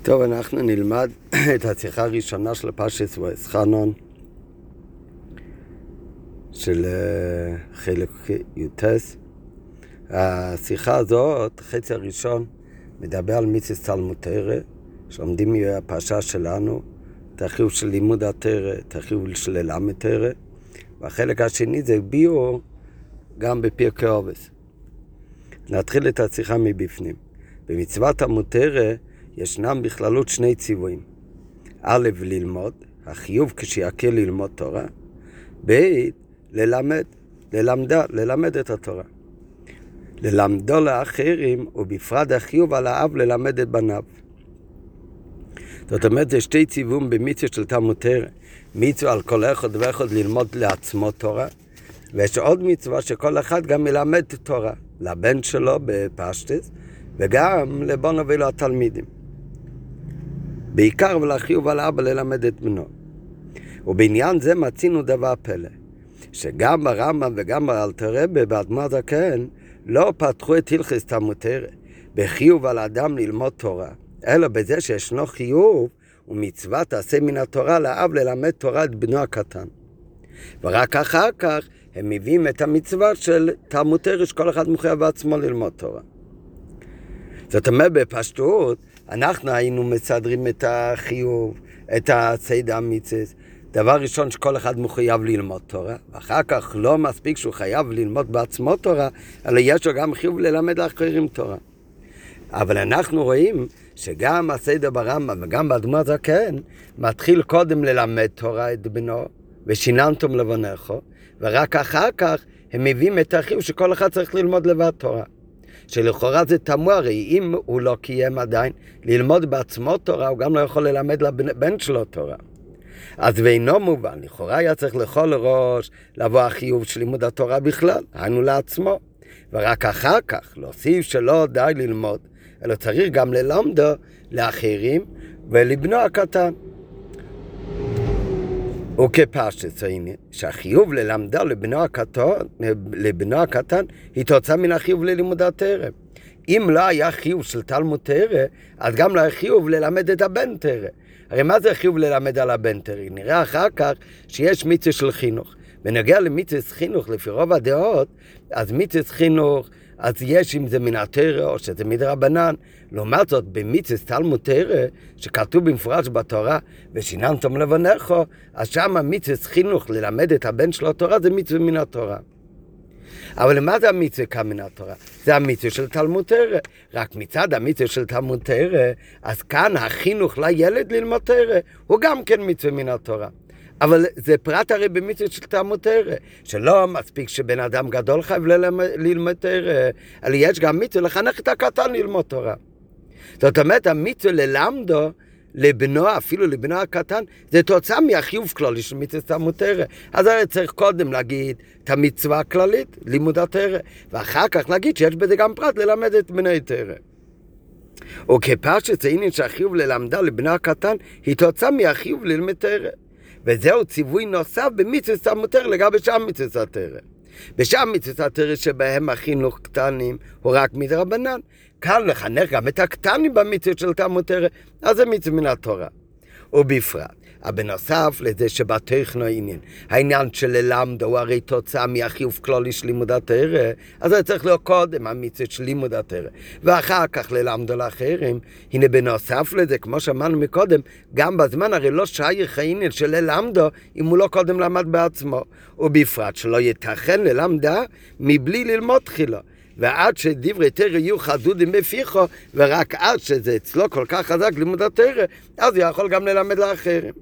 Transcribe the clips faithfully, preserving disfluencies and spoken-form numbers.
טוב, אנחנו נלמד את השיחה הראשונה של פרשת ואסחנון של חלק יוטס. השיחה הזאת, חצי הראשון, מדבר על מצוות תלמוד תורה, שלומדים מהפרשה שלנו, את החיוב של לימוד התורה, את החיוב של ללמד תורה, והחלק השני זה ביור גם בפרקי אובס. נתחיל את השיחה מבפנים. במצוות תלמוד תורה ישנם בכללות שני ציוויים. א', ללמוד, החיוב כשיקל ללמוד תורה. ב', ללמד, ללמדה, ללמד את התורה. ללמדו לאחרים, ובפרט החיוב על האב ללמד את בניו. זאת אומרת, זה שתי ציוויים במצוות של תלמוד תורה. מצווה על כל אחד ואחד ללמוד לעצמו תורה, ויש עוד מצווה שכל אחד גם ילמד תורה, לבן שלו בפשטס, וגם לבנו ולו התלמידים. בעיקר ולחיוב על האבא ללמד את בנו. ובעניין זה מצינו דבר פלא, שגם ברמב"ם וגם באלתר רבי באדמו"ר הזקן לא פתחו את הלכות תלמוד תורה בחיוב על אדם ללמוד תורה, אלא בזה שישנו חיוב ומצווה תעשה מן התורה לאב ללמד תורה את בנו הקטן. ורק אחר כך הם מביאים את המצווה של תלמוד תורה שכל אחד מחויב בעצמו ללמוד תורה. זאת אומרת, בפשטות, אנחנו היינו מסדרים את החיוב, את הסדר המצוות. דבר ראשון שכל אחד מחויב ללמוד תורה, ואחר כך לא מספיק שהוא חייב ללמוד בעצמו תורה, אלא יש לו גם חיוב ללמד לאחרים תורה. אבל אנחנו רואים שגם הסדר ברמב"ם וגם באדמו"ר הזקן מתחיל קודם ללמד תורה את בנו, ושיננתם לבניך, ורק אחר כך הם מביאים את החיוב שכל אחד צריך ללמוד לבד תורה. שלכאורה זה תמוה, הרי אם הוא לא קיים עדיין ללמוד בעצמו תורה, הוא גם לא יכול ללמד לבן שלו תורה. אז ואינו מובן, לכאורה היה צריך לכל ראש לבוא החיוב של לימוד התורה בכלל, היינו לעצמו. ורק אחר כך להוסיף שלא די ללמוד, אלא צריך גם ללמדו לאחרים ולבנו הקטן. וכפשט העניין, שהחיוב ללמדו לבנו הקטן, לבנו הקטן, היא תוצאה מן החיוב ללימוד התורה. אם לא היה חיוב של תלמוד תורה, אז גם לא היה חיוב ללמד את הבן תורה. הרי מה זה חיוב ללמד על הבן תורה? נראה אחר כך שיש מצווה של חינוך. בנוגע למצווה חינוך, לפי רוב הדעות, אז מצווה חינוך, אז יש אם זה מן התורה או שזה מדרבנן. לעומת זאת, במצוות תלמוד תורה, שכתוב במפורש בתורה, ושיננתם לבניך, אז שם מצוות חינוך ללמד את הבן שלו תורה, זה מצווה מן התורה. אבל מה זה המצווה כאן מן התורה? זה המצווה של תלמוד תורה. רק מצד המצווה של תלמוד תורה, אז כאן החינוך לילד ללמוד תורה, הוא גם כן מצווה מן התורה. אבל זה פרט הרי במצוות של תלמוד תורה, שלא מספיק שבן אדם גדול חייב ללמוד תורה, אלא יש גם מצווה לחנך את הקטן ללמוד תורה. זאת אומרת, המצווה ללמדו, לבנו, אפילו לבנו הקטן, זה תוצאה מהחיוב כללי של מצוות תלמוד תורה. אז הרי צריך קודם להגיד את המצווה הכללית, לימוד התורה, ואחר כך להגיד שיש בזה גם פרט ללמד את בני תורה. וכפשט זה עניין שהחיוב ללמדה לבנו הקטן, היא תוצאה מהחיוב ללמוד תורה. וזהו ציווי נוסף במצוות תלמוד תורה לגבי שאר מצוות התורה. בשאר מצוות התורה שבהם החינוך קטנים הוא רק מדרבנן. כאן לחנך גם את הקטנים במצוות של תלמוד תורה, אז זה מצווה מן התורה. ובפרט, בנוסף לזה שבתוכנו העניין, העניין של ללמדו הוא הרי תוצאה מהחיוב כללי של לימוד התורה, אז זה צריך להיות קודם המצוות של לימוד התורה, ואחר כך ללמדו לאחרים. הנה בנוסף לזה, כמו שאמרנו מקודם, גם בזמן הרי לא שייך העניין של ללמדו אם הוא לא קודם למד בעצמו, ובפרט שלא יתכן ללמדה מבלי ללמוד תחילה. ועד שדברי תורה יהיו חדודים בפיחו, ורק עד שזה אצלו כל כך חזק לימוד התורה, אז הוא יכול גם ללמד לאחרים.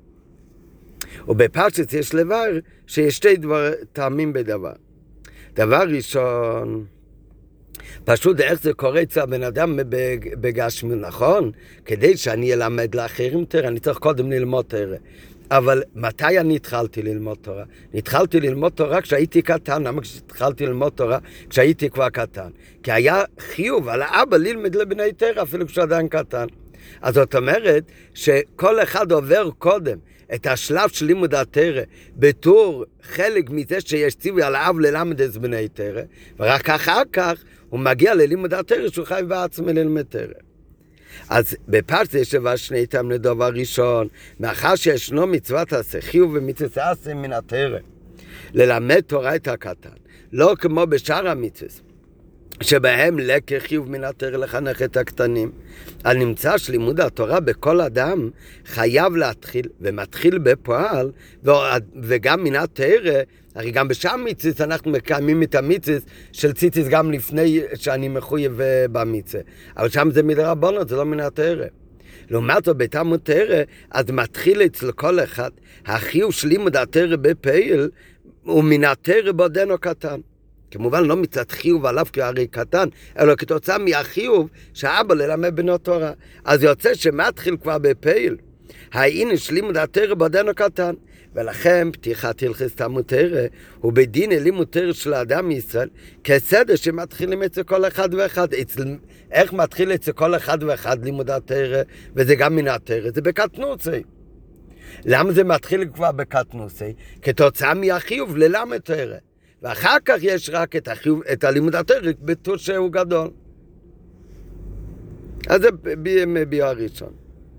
ובפשט יש לבר שיש שתי דבר, טעמים בדבר. דבר ראשון, פשוט איך זה קורה אצל בן אדם בגשמי, נכון? כדי שאני אלמד לאחרים תורה, אני צריך קודם ללמוד תורה. אבל מתי אני התחלתי ללמוד תורה? התחלתי ללמוד תורה כשהייתי קטן. למה כשהתחלתי ללמוד תורה? כשהייתי כבר קטן. כי היה חיוב על האבא ללמד לבני תורה, אפילו כשעדיין קטן. אז זאת אומרת שכל אחד עובר קודם את השלב של לימוד התורה בתור חלק מזה שיש ציווי על האב ללמד את בני תורה, ורק אחר כך הוא מגיע ללימוד התורה שהוא חייב בעצמו ללמד תורה. אז בפשט יש שווה שני טעם לדבר ראשון, מאחר שישנו מצוות עשה חיוב ומצוות עשה מן התורה, ללמד תורה את הקטן, לא כמו בשאר המצוות, שבהם לקח חיוב מן התורה לחנך את הקטנים. על נמצא שלימוד התורה בכל אדם חייב להתחיל, ומתחיל בפועל, וגם מן התורה, הרי גם בשאר מצוות אנחנו מקיימים את המצוות של ציציס גם לפני שאני מחויב במצווה. אבל שם זה מדרבנן, זה לא מן התורה. לעומת זאת בתלמוד תורה, אז מתחיל אצל כל אחד, החיוב של לימוד התורה בפעיל, הוא מן התורה בעודנו קטן. כמובן לא מצד חיוב עליו כהרי קטן, אלא כתוצאה מהחיוב שהאבא ללמד בנו תורה. אז יוצא שמתחיל כבר בפעיל, העניין של לימוד התורה בעודנו קטן. ולכן פתיחת הלכות תלמוד תורה הוא בדין לימוד תורה של האדם מישראל כסדר שמתחילים אצל כל אחד ואחד. אצל, איך מתחיל אצל כל אחד ואחד לימוד התורה, וזה גם מן התורה, זה בקטנוצי. למה זה מתחיל כבר בקטנוצי? כתוצאה מהחיוב ללמד תורה. ואחר כך יש רק את החיוב, את הלימוד התורה בתור שהוא גדול. אז זה ביו הראשון.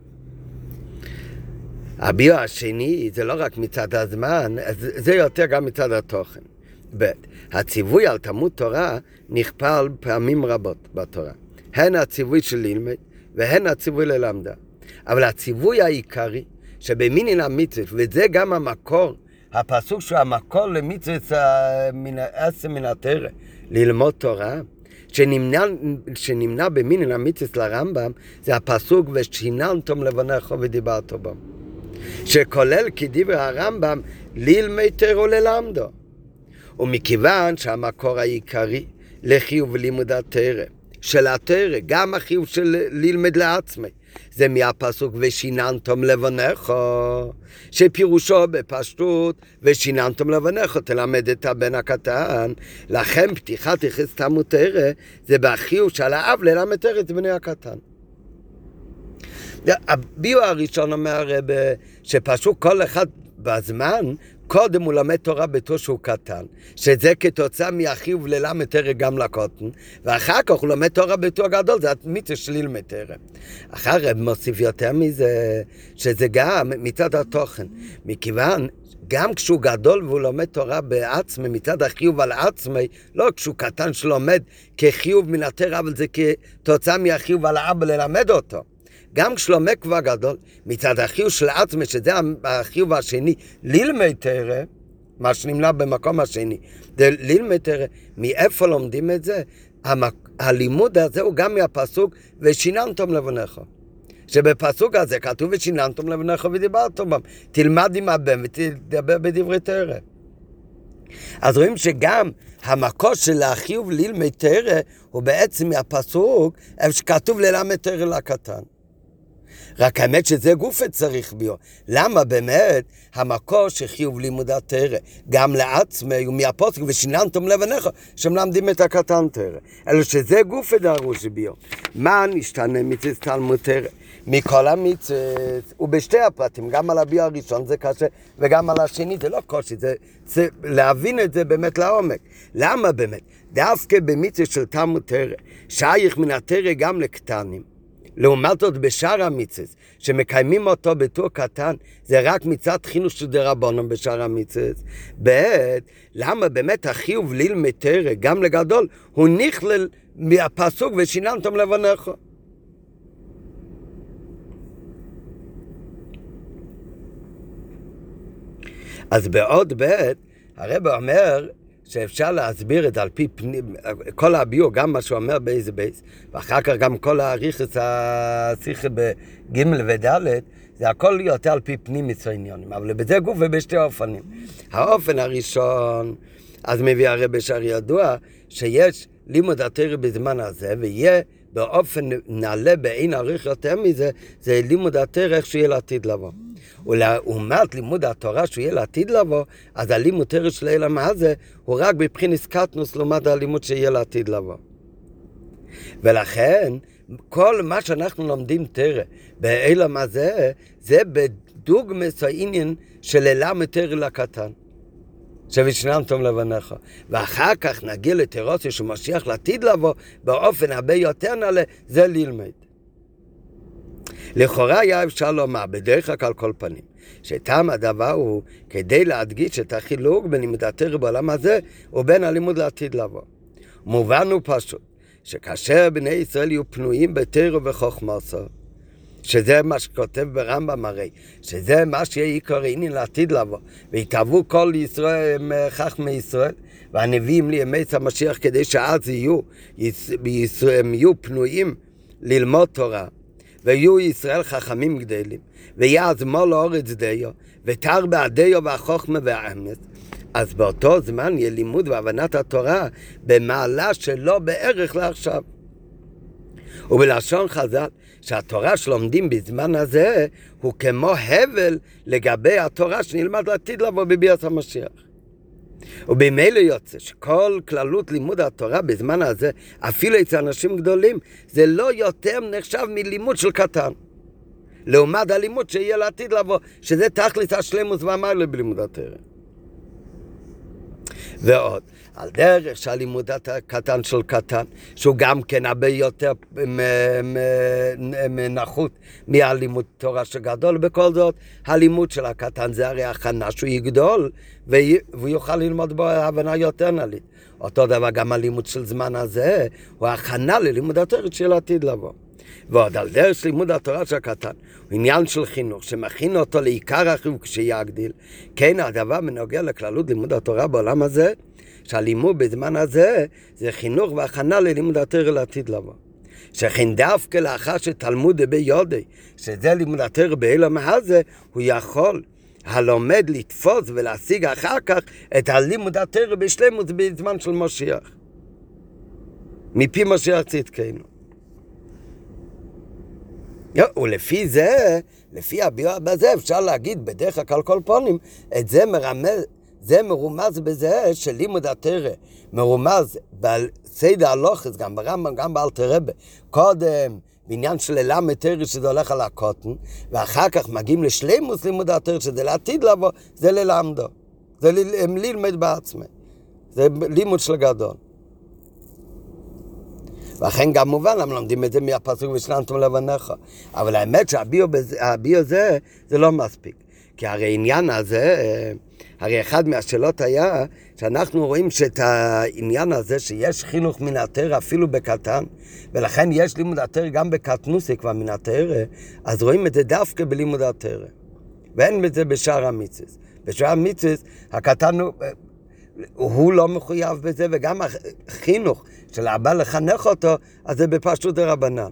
הביו השני זה לא רק מצד הזמן, זה יותר גם מצד התוכן. ב' הציווי על תלמוד תורה נכפל פעמים רבות בתורה. הן הציווי של ללמד והן הציווי ללמדה. אבל הציווי העיקרי שבמינין המצוות, וזה גם המקור, הפסוק שהוא המקור למצוות מן העשר מן התורה, ללמוד תורה, שנמנה, שנמנה במינין המצוות לרמב"ם, זה הפסוק ושיננתם לבניך ודיברת בם. שכולל כדברי הרמב"ם ללמד תורה וללמדו. ומכיוון שהמקור העיקרי לחיוב לימוד התורה, של התורה, גם החיוב של ללמד לעצמי, זה מהפסוק ושיננתם לבניך, שפירושו בפשטות ושיננתם לבניך, תלמד את הבן הקטן. לכן פתיחת הלכות תלמוד תורה זה בחיוב של האב ללמד תורה את בני הקטן. הביו הראשון אומר שפשוט כל אחד בזמן, קודם הוא למד תורה בתור שהוא קטן, שזה כתוצאה מהחיוב ללמד תורה גם לקוטן, ואחר כך הוא למד תורה בתור גדול, זה המצווה של ללמד תורה. אחר כך מוסיף יותר מזה, שזה גם מצד התוכן, מכיוון גם כשהוא גדול והוא לומד תורה בעצמי, מצד החיוב על עצמי, לא כשהוא קטן שלומד כחיוב מן התורה, אבל זה כתוצאה מהחיוב על האבא ללמד אותו. גם כשלומד כבר גדול, מצד החיוב של עצמי, שזה החיוב השני, ללמד תורה, מה שנמנה במקום השני, זה ללמד תורה, מאיפה לומדים את זה? הלימוד הזה הוא גם מהפסוק, ושיננתם לבניך. שבפסוק הזה כתוב, ושיננתם לבניך ודיברתם בם. תלמד עם הבן ותדבר בדברי תורה. אז רואים שגם המקור של החיוב ללמד תורה, הוא בעצם מהפסוק, איפה שכתוב ללמד תורה לקטן. רק האמת שזה גופה צריך ביו. למה באמת המקור שחיוב לימוד התורה גם לעצמי ומהפוסק ושיננתם לבניך שמלמדים את הקטן תורה, אלא שזה גופה דרוש ביו. מה נשתנה מצוות תלמוד תורה? מכל המצוות ובשתי הפרטים, גם על הביו הראשון זה קשה וגם על השני זה לא קושי, זה, זה להבין את זה באמת לעומק. למה באמת? דווקא במצוות של תלמוד תורה שייך מן התורה גם לקטנים, לעומת זאת בשאר המצוות, שמקיימים אותו בתור קטן, זה רק מצד חינוך של דרבנן בשאר המצוות. בעת, למה באמת החיוב ללמד תורה, גם לגדול, הוא נכלל מהפסוק ושיננתם לבניך. אז בעוד בעת, הרב אומר, שאפשר להסביר את זה על פי פנים, כל הביור, גם מה שהוא אומר באיזה בייס, ואחר כך גם כל העריכת השיחה בג' וד', זה הכל יותר על פי פנים מצויניונים, אבל בזה גוף ובשתי אופנים. האופן הראשון, אז מביא הרב שער ידוע, שיש לימוד התורה בזמן הזה, ויהיה באופן נעלה בעין עריך יותר מזה, זה לימוד התורה איך שיהיה לעתיד לבוא. ולעומת לימוד התורה שהוא יהיה לעתיד לבוא, אז הלימוד תורה של אילם הזה הוא רק בבחינת קטנוס לעומת הלימוד שיהיה לעתיד לבוא. ולכן כל מה שאנחנו לומדים תורה באילם הזה, זה בדוגמס העניין של ללמד תורה לקטן. ושיננתם לבניך. ואחר כך נגיע לתירוץ שמשיח לעתיד לבוא באופן הרבה יותר נעלה, זה ללמד. לכאורה היה אפשר לומר, בדרך כלל על כל פנים, שטעם הדבר הוא כדי להדגיש את החילוק בין לימוד התורה בעולם הזה ובין הלימוד לעתיד לבוא. מובן הוא פשוט, שכאשר בני ישראל יהיו פנויים בתורה וחוכמה, שזה מה שכותב ברמב"ם הרי, שזה מה שיהיה עיקר עניין לעתיד לבוא, ויתהוו כל ישראל, חכמי ישראל, והנביאים לימי המשיח, כדי שאז יהיו, הם יהיו פנויים ללמוד תורה, ויהיו ישראל חכמים גדלים, ויהיה אז מול האורץ דיו, ותר בעדיו והחוכמה והאמת. אז באותו זמן יהיה לימוד והבנת התורה במעלה שלא בערך לעכשיו. ובלשון חז"ל, שהתורה שלומדים בזמן הזה הוא כמו הבל לגבי התורה שנלמד לעתיד לבוא בביאת המשיח. ובמילא יוצא שכל כללות לימוד התורה בזמן הזה, אפילו אצל אנשים גדולים, זה לא יותר נחשב מלימוד של קטן. לעומת הלימוד שיהיה לעתיד לבוא, שזה תכלית השלמות והמעלה בלימוד התורה. ועוד, על דרך שהלימוד הקטן של קטן, שהוא גם כן הרבה יותר נחות מהלימוד תורה שגדול, בכל זאת, הלימוד של הקטן זה הרי הכנה שהוא יגדול, והוא יוכל ללמוד בו הבנה יותר נלית. אותו דבר גם הלימוד של זמן הזה, הוא הכנה ללימוד התורה של עתיד לבוא. ועוד על דרך של לימוד התורה של הקטן, הוא עניין של חינוך, שמכין אותו לעיקר החיוב כשיגדיל. כן, הדבר מנוגע לכללות לימוד התורה בעולם הזה, שהלימוד בזמן הזה זה חינוך והכנה ללימוד התורה לעתיד לבוא. שכן דווקא לאחר שתלמוד ביודעי, שזה לימוד התורה בעולם הזה, הוא יכול הלומד לתפוס ולהשיג אחר כך את הלימוד התורה בשלמות בזמן של משיח. מפי משיח צדקנו. ולפי זה, לפי הביאור בזה, אפשר להגיד בדרך כלל כל פונים, את זה מרמז, זה מרומז בזה שלימוד התורה מרומז בסדר הלוחס, גם ברמב"ם, גם באלתר רבי, קודם בעניין של ללמד תורה שזה הולך על הקוטן, ואחר כך מגיעים לשלימוס לימוד התורה שזה לעתיד לבוא, זה ללמדו, זה ללמד בעצמי, זה לימוד של גדול. ואכן גם מובן, הם לומדים את זה מהפסוק ושננתם לבניך. אבל האמת שהביאו זה, זה לא מספיק. כי הרי העניין הזה, הרי אחד מהשאלות היה, שאנחנו רואים שאת העניין הזה, שיש חינוך מן התורה אפילו בקטן, ולכן יש לימוד התורה גם בקטנוסי כבר מן התורה, אז רואים את זה דווקא בלימוד התורה. ואין את זה בשאר המצוות. בשאר המצוות, הקטן הוא... הוא לא מחויב בזה, וגם החינוך של הבא לחנך אותו, אז זה בפשטות דרבנן.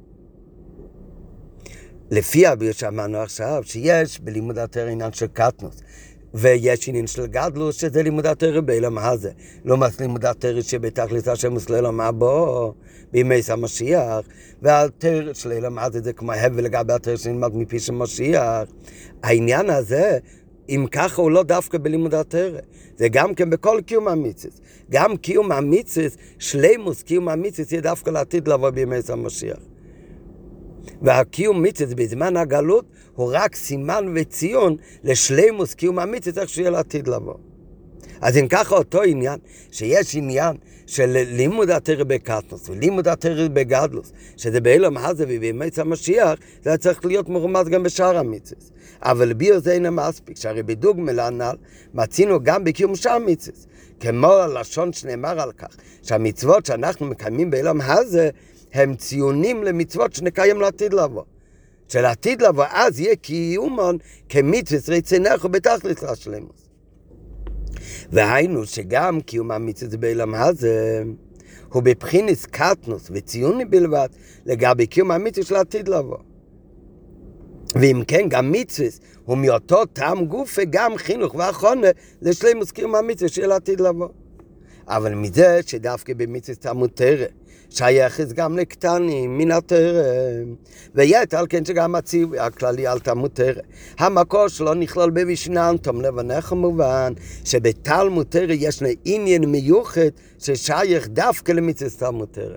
לפי הביאור שאמרנו עכשיו, שיש בלימוד התורה עניין של קטנוס, ויש עניין של גדלוס, שזה לימוד התורה בעולם הזה. לא מס לימוד התורה שבתכלית השם לעולם הבא, בימי המשיח, והתורה של עולם הזה זה כמו הבל לגבי התורה שנלמד מפי של משיח. העניין הזה, אם ככה הוא לא דווקא בלימוד התורה, זה גם כן בכל קיום המצוות. גם קיום המצוות, שלימוס קיום המצוות, יהיה דווקא לעתיד לבוא בימי המשיח. והקיום מצוות בזמן הגלות הוא רק סימן וציון לשלימוס קיום המצוות, איך שיהיה לעתיד לבוא. אז אם ככה אותו עניין, שיש עניין של לימוד התורה בקטנוס ולימוד התורה בגדלוס, שזה בעולם הזה ובימי המשיח, זה צריך להיות מרומז גם בשאר המצוות. אבל ביאור זה אינו מספיק, שהרי בדוגמה להנ"ל מצינו גם בקיום שאר המצוות, כמו הלשון שנאמר על כך, שהמצוות שאנחנו מקיימים בעולם הזה, הם ציונים למצוות שנקיים לעתיד לבוא. שלעתיד לבוא אז יהיה קיומון כמצוות רצונך ובתכלית השלמות. והיינו שגם קיום המצוות בעולם הזה הוא בבחינת קטנוס וציוני בלבד לגבי קיום המצוות של העתיד לבוא. ואם כן, גם מצוות הוא מאותו טעם גוף וגם חינוך והכנה לשלמות קיום המצוות של העתיד לבוא. אבל מזה שדווקא במצוות תלמוד תורה שייכת גם לקטנים מן התורה, ויית על כן שגם הציווי הכללי על תלמוד תורה. המקור שלו נכלול ב"ושננתם לבניך", מובן שבתלמוד תורה יש עניין מיוחד ששייך דווקא למצוות תלמוד תורה.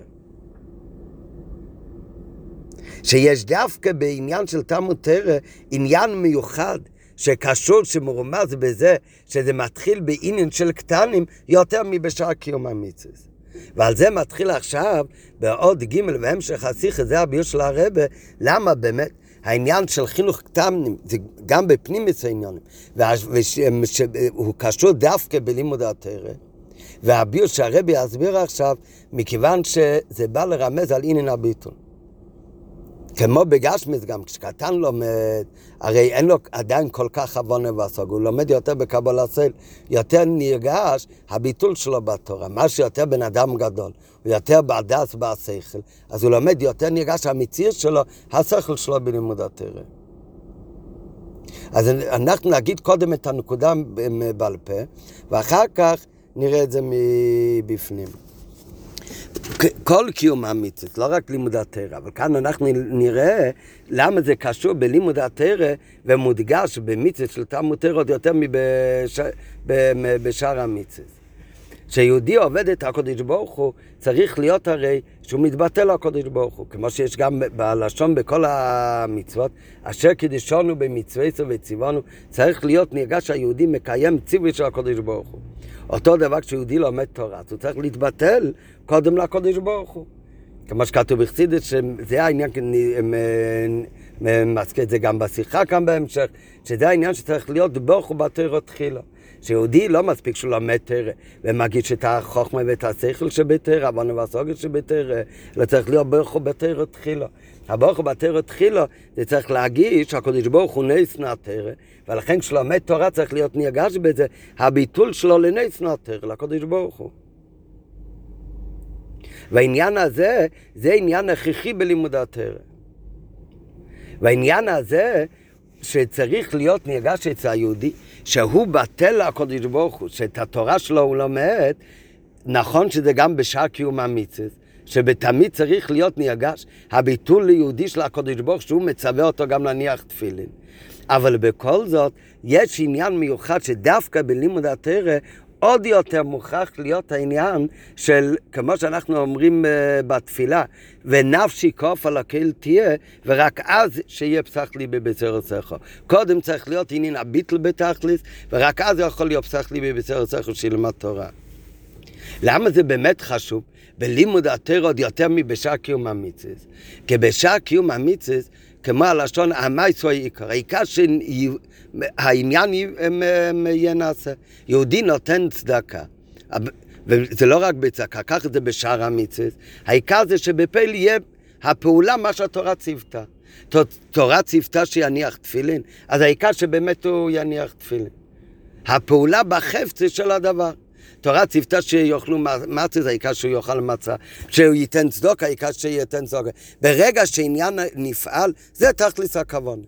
שיש דווקא בעניין של תלמוד תורה עניין מיוחד שקשור, שמרומז בזה שזה מתחיל בעניין של קטנים יותר מבשאר קיום המצוות. ועל זה מתחיל עכשיו בעוד ג' והמשך השיחה, זה הביאור של הרבי, למה באמת העניין של חינוך קטנים, זה גם בפנימיות העניינים, והוא קשור דווקא בלימוד התורה. והביור שהרבי יסביר עכשיו, מכיוון שזה בא לרמז על עניין הביטול. כמו בגשמיס גם, כשקטן לומד, הרי אין לו עדיין כל כך הבנה והשגה, הוא לומד יותר בקבלת סייל, יותר נרגש הביטול שלו בתורה, מה שיותר בן אדם גדול, הוא יותר בהדס בהשכל, אז הוא לומד יותר נרגש המציאות שלו, השכל שלו בלימוד התורה. אז אנחנו נגיד קודם את הנקודה בעל פה, ואחר כך נראה את זה מבפנים. כל קיום המצוות, לא רק לימוד התורה, אבל כאן אנחנו נראה למה זה קשור בלימוד התורה ומודגש במצוות של תלמוד תורה עוד יותר מבשאר המצוות. כשיהודי עובד את הקדוש ברוך הוא, צריך להיות הרי שהוא מתבטא לקדוש ברוך הוא, כמו שיש גם בלשון בכל המצוות, אשר קידשנו במצוות וציוונו, צריך להיות נרגש שהיהודי מקיים ציווי של הקדוש ברוך הוא. אותו דבר כשיהודי לומד תורה, הוא צריך להתבטל קודם לקדוש ברוך הוא. כמו שכתוב בחסידות, שזה העניין, מזכיר את זה גם בשיחה כאן בהמשך, שזה העניין שצריך להיות ברוך הוא בתורה תחילה. שיהודי לא מספיק שהוא לומד תורה ומגיש את החוכמה ואת השכל שבתורה, הבנה והשגה שבתורה, אלא צריך להיות ברוך הוא בתורה תחילה. הברוך הוא בתורה תחילה, זה צריך להגיש שהקדוש ברוך הוא נס נתורה, ולכן כשלומד תורה צריך להיות נרגש בזה, הביטול שלו לנס נתורה, לקדוש ברוך הוא. והעניין הזה, זה עניין הכרחי בלימוד התורה. והעניין הזה, שצריך להיות נרגש אצל היהודי, שהוא בטל לקדוש ברוך הוא, שאת התורה שלו הוא לומד, נכון שזה גם בשעה קיום המצוות, שבתמיד צריך להיות נרגש הביטול ליהודי של הקדוש ברוך שהוא מצווה אותו גם להניח תפילין. אבל בכל זאת, יש עניין מיוחד שדווקא בלימוד התורה, עוד יותר מוכרח להיות העניין של, כמו שאנחנו אומרים uh, בתפילה, ונפשי כוף על הקהל תהיה, ורק אז שיהיה פסח ליבי בבשר שכל. קודם צריך להיות עניין הביטל בתכלס, ורק אז יכול להיות פסח ליבי בבשר שכל שילמד תורה. למה זה באמת חשוב? בלימוד התורה עוד יותר מבשעה קיום המצוות. כי בשעה קיום המצוות, כמו הלשון המייס הוא העיקר, העיקר שהעניין יהיה נעשה. יהודי נותן צדקה, וזה לא רק בצדקה, ככה זה בשאר המצוות. העיקר זה שבפעיל יהיה הפעולה מה שהתורה ציוותה. תורה ציוותה שיניח תפילין, אז העיקר שבאמת הוא יניח תפילין. הפעולה בחפץ של הדבר. תורה ציוותה שיאכלו מצה, זה העיקר שהוא יאכל מצה. שהוא ייתן צדוקה, העיקר שייתן צדוקה. ברגע שעניין נפעל, זה תכלס הכוונה.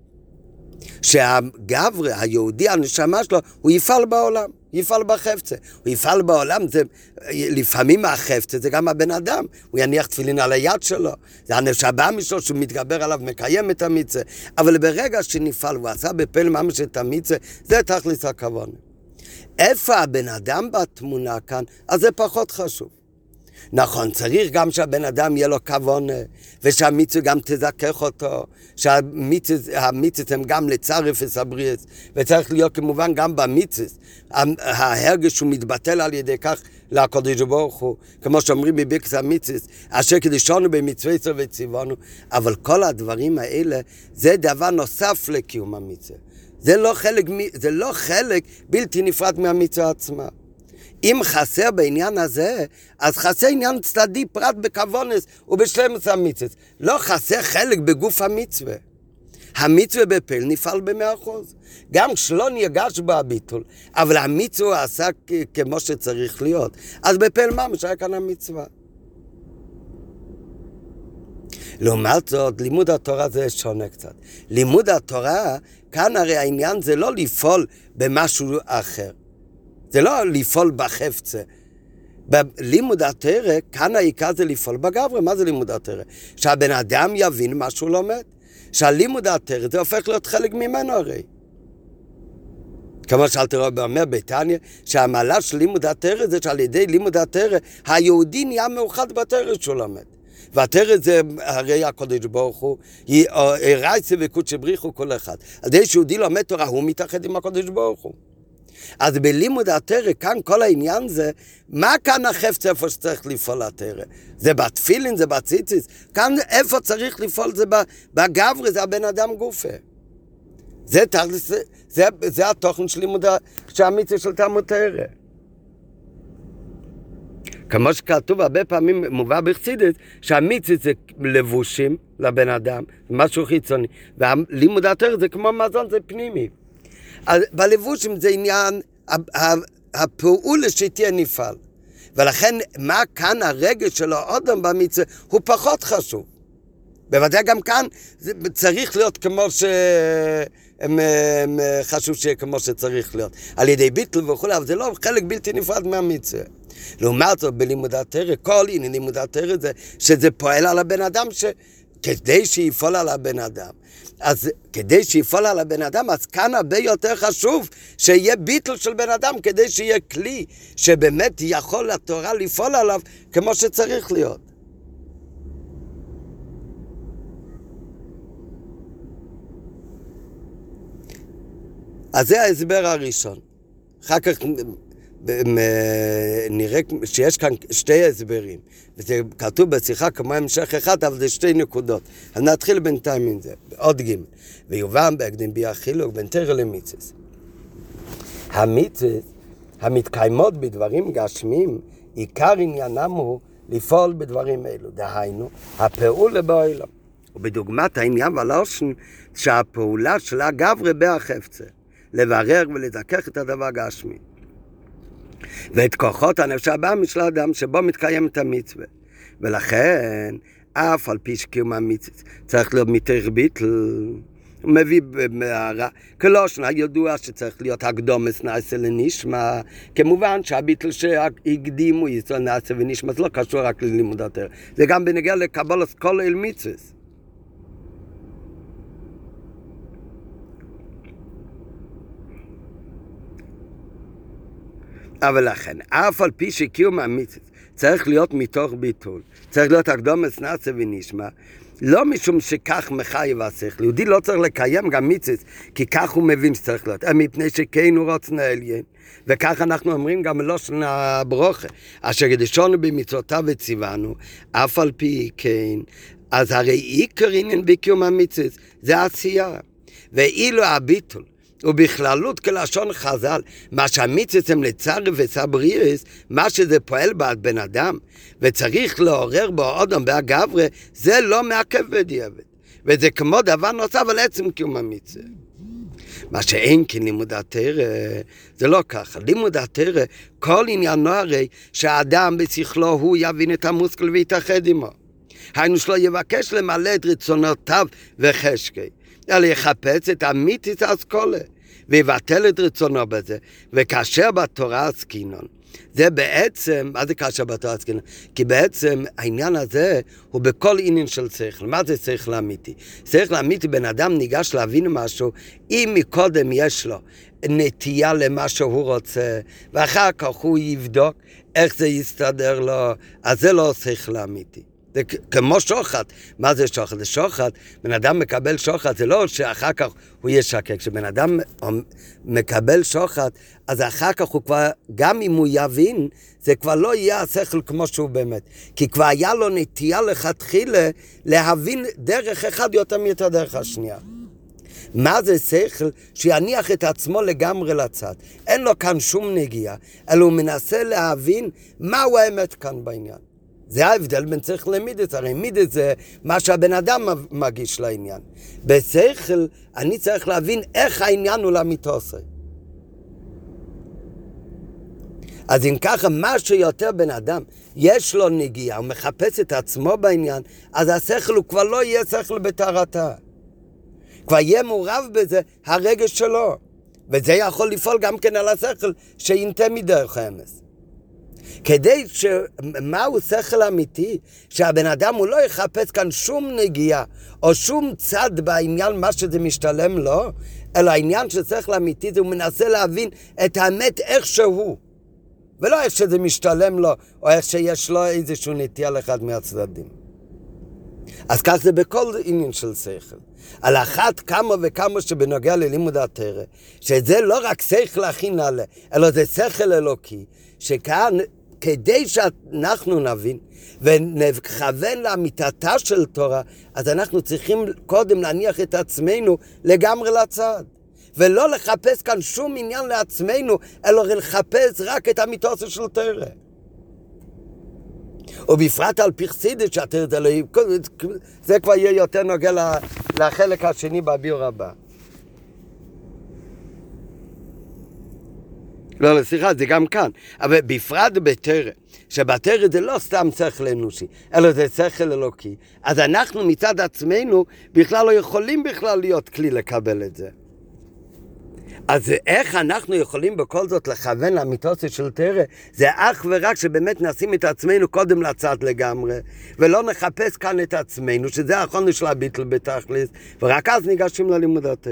שהגברי, היהודי, הנשמה שלו, הוא יפעל בעולם, יפעל בחפצה. הוא יפעל בעולם, זה, לפעמים החפצה, זה גם הבן אדם. הוא יניח תפילין על היד שלו. זה הנשמה משלו שהוא מתגבר עליו, מקיים את המצה. אבל ברגע שנפעל, הוא עשה בפעל ממש את המצה, זה תכלס הכוונה. איפה הבן אדם בתמונה כאן, אז זה פחות חשוב. נכון, צריך גם שהבן אדם יהיה לו כוונה, ושהמצווה גם תזכך אותו, שהמצווה הם גם לצרף וסבריאס, וצריך להיות כמובן גם במצווה. ההרגש הוא מתבטל על ידי כך לקדוש ברוך הוא, כמו שאומרים בברכת המצווה, אשר קידשנו במצוות וציוונו, אבל כל הדברים האלה, זה דבר נוסף לקיום המצווה. זה לא חלק, זה לא חלק בלתי נפרד מהמצווה עצמה. אם חסר בעניין הזה, אז חסר עניין צדדי פרט בכוונס ובשלמות המצווה. לא חסר חלק בגוף המצווה. המצווה בפעל נפעל במאה אחוז. גם שלא נרגש בו הביטול, אבל המצווה עשה כמו שצריך להיות. אז בפעל ממש היה כאן המצווה. לעומת זאת, לימוד התורה זה שונה קצת. לימוד התורה, כאן הרי העניין זה לא לפעול במשהו אחר. זה לא לפעול בחפצה. בלימוד התורה, כאן העיקר זה לפעול בגברי. מה זה לימוד התורה? שהבן אדם יבין מה שהוא לומד. שהלימוד התורה זה הופך להיות חלק ממנו הרי. כמו שאלתר רבי אומר בתניא, שהמעלה של לימוד התורה זה שעל ידי לימוד התורה, היהודי נהיה מאוחד בתורה שהוא לומד. והתורה זה הרי הקדוש ברוך הוא, רייצה וקודשא בריך הוא כל אחד. על ידי שיהודי לומד תורה, הוא מתאחד עם הקדוש ברוך הוא. אז בלימוד התורה, כאן כל העניין זה, מה כאן החפץ איפה שצריך לפעול התורה? זה בתפילין, זה בציציס, כאן איפה צריך לפעול זה בגברי, זה הבן אדם גופה. זה, זה, זה, זה התוכן של לימוד, שהמצווה של תלמוד תורה. כמו שכתוב הרבה פעמים מובא בחסידות, שהמצווה זה לבושים לבן אדם, משהו חיצוני, והלימוד התורה זה כמו מזון, זה פנימי. אז בלבושים זה עניין, הפעולה שתהיה נפעל. ולכן מה כאן הרגש של האדם במצווה הוא פחות חשוב. בוודאי גם כאן זה צריך להיות כמו ש... הם, הם חשוב שיהיה כמו שצריך להיות. על ידי ביטל וכו', אבל זה לא חלק בלתי נפרד מהמצווה. לעומת זאת, בלימוד התורה, כל עניין לימוד התורה זה שזה פועל על הבן אדם ש... כדי שיפעל על הבן אדם. אז כדי שיפעל על הבן אדם, אז כאן הרבה יותר חשוב שיהיה ביטל של בן אדם, כדי שיהיה כלי שבאמת יכול התורה לפעול עליו כמו שצריך להיות. אז זה ההסבר הראשון. אחר כך נראה שיש כאן שתי הסברים, וזה כתוב בשיחה כמו המשך אחד, אבל זה שתי נקודות. אז נתחיל בינתיים עם זה, עוד ג' ויובן בהקדים בי החילוק בין תורה למצווה. המצווה המתקיימות בדברים גשמיים, עיקר עניינם הוא לפעול בדברים אלו, דהיינו, הפעולה בעולם. ובדוגמת העניין והלושן שהפעולה שלה גברי בהחפצה, לברר ולזכך את הדבר גשמי. ואת כוחות הנפש הבא משל האדם שבו מתקיימת המצווה. ולכן, אף על פי שקיום המצווה צריך להיות מתוך ביטל, הוא מביא במערה, כלושן ידוע שצריך להיות הקדומס נעשה לנשמה, כמובן שהביטל שהקדימו ישראל נעשה ונשמה, זה לא קשור רק ללימוד התורה, זה גם בנוגע לקבלת כל אל מצווה. אבל לכן, אף על פי שקיום המצווה צריך להיות מתוך ביטול, צריך להיות הקדומס נעשה ונשמה, לא משום שכך מחייב השכל. יהודי לא צריך לקיים גם מצווה, כי כך הוא מבין שצריך להיות, מפני שכן הוא רוצה עליין. וכך אנחנו אומרים גם בלשון הברוכה, אשר קדשנו במצוותיו וציוונו, אף על פי כן, אז הרי עיקר עניין בקיום המצווה זה עשייה. ואילו הביטול, ובכללות כלשון חז"ל, מה שהמצווה הם לצער וסברירס, מה שזה פועל בעד בן אדם, וצריך לעורר בו אדם בהגברה, זה לא מעכב בדיעבד. וזה כמו דבר נוסף על עצם קיום המצווה. מה שאין כי לימוד התורה, זה לא ככה. לימוד התורה, כל עניינו הרי שהאדם בשכלו הוא יבין את המושכל ויתאחד עמו. היינו שלא יבקש למלא את רצונותיו וחשקי. אלא יחפש את אמיתית האסכולה, ויבטל את רצונו בזה, וכאשר בתורה עסקינן. זה בעצם, מה זה כאשר בתורה עסקינן? כי בעצם העניין הזה הוא בכל עניין של שכל. מה זה שכל אמיתי? שכל אמיתי, בן אדם ניגש להבין משהו, אם מקודם יש לו נטייה למה שהוא רוצה, ואחר כך הוא יבדוק איך זה יסתדר לו, אז זה לא שכל אמיתי. זה כמו שוחד. מה זה שוחד? זה שוחד, בן אדם מקבל שוחד, זה לא שאחר כך הוא ישקק. כשבן אדם מקבל שוחד, אז אחר כך הוא כבר, גם אם הוא יבין, זה כבר לא יהיה השכל כמו שהוא באמת. כי כבר היה לו נטייה לכתחילה להבין דרך אחד יותר מאת הדרך השנייה. מה זה שכל? שיניח את עצמו לגמרי לצד. אין לו כאן שום נגיעה, אלא הוא מנסה להבין מהו האמת כאן בעניין. זה ההבדל בין שכל למידס, הרי מידס זה מה שהבן אדם מגיש לעניין. בשכל אני צריך להבין איך העניין הוא למיתוסי. אז אם ככה, מה שיותר בן אדם יש לו נגיעה, הוא מחפש את עצמו בעניין, אז השכל הוא כבר לא יהיה שכל בטהרתה. כבר יהיה מעורב בזה הרגש שלו. וזה יכול לפעול גם כן על השכל שינתה מדרך האמס. כדי ש... מהו שכל אמיתי? שהבן אדם הוא לא יחפש כאן שום נגיעה או שום צד בעניין מה שזה משתלם לו, אלא העניין של שכל אמיתי זה הוא מנסה להבין את האמת איך שהוא, ולא איך שזה משתלם לו או איך שיש לו איזשהו נטייה לאחד מהצדדים. אז כך זה בכל עניין של שכל. על אחת כמה וכמה שבנוגע ללימוד התורה, שזה לא רק שכל הכי נעלה, אלא זה שכל אלוקי, שכאן כדי שאנחנו נבין ונכוון לאמיתתה של תורה, אז אנחנו צריכים קודם להניח את עצמנו לגמרי לצד. ולא לחפש כאן שום עניין לעצמנו, אלא לחפש רק את אמיתתו של תורה. ובפרט על פרסידית שהתורה זה לא... זה כבר יהיה יותר נוגע לחלק השני בביור הבא. לא, לסליחה, זה גם כאן. אבל בפרט בתורה, שבתורה זה לא סתם שכל אנושי, אלא זה שכל אלוקי. אז אנחנו מצד עצמנו בכלל לא יכולים בכלל להיות כלי לקבל את זה. אז איך אנחנו יכולים בכל זאת לכוון לאמיתות של תורה? זה אך ורק שבאמת נשים את עצמנו קודם לצד לגמרי, ולא נחפש כאן את עצמנו, שזה האחרון של הביטל בתכלס, ורק אז ניגשים ללימוד התורה.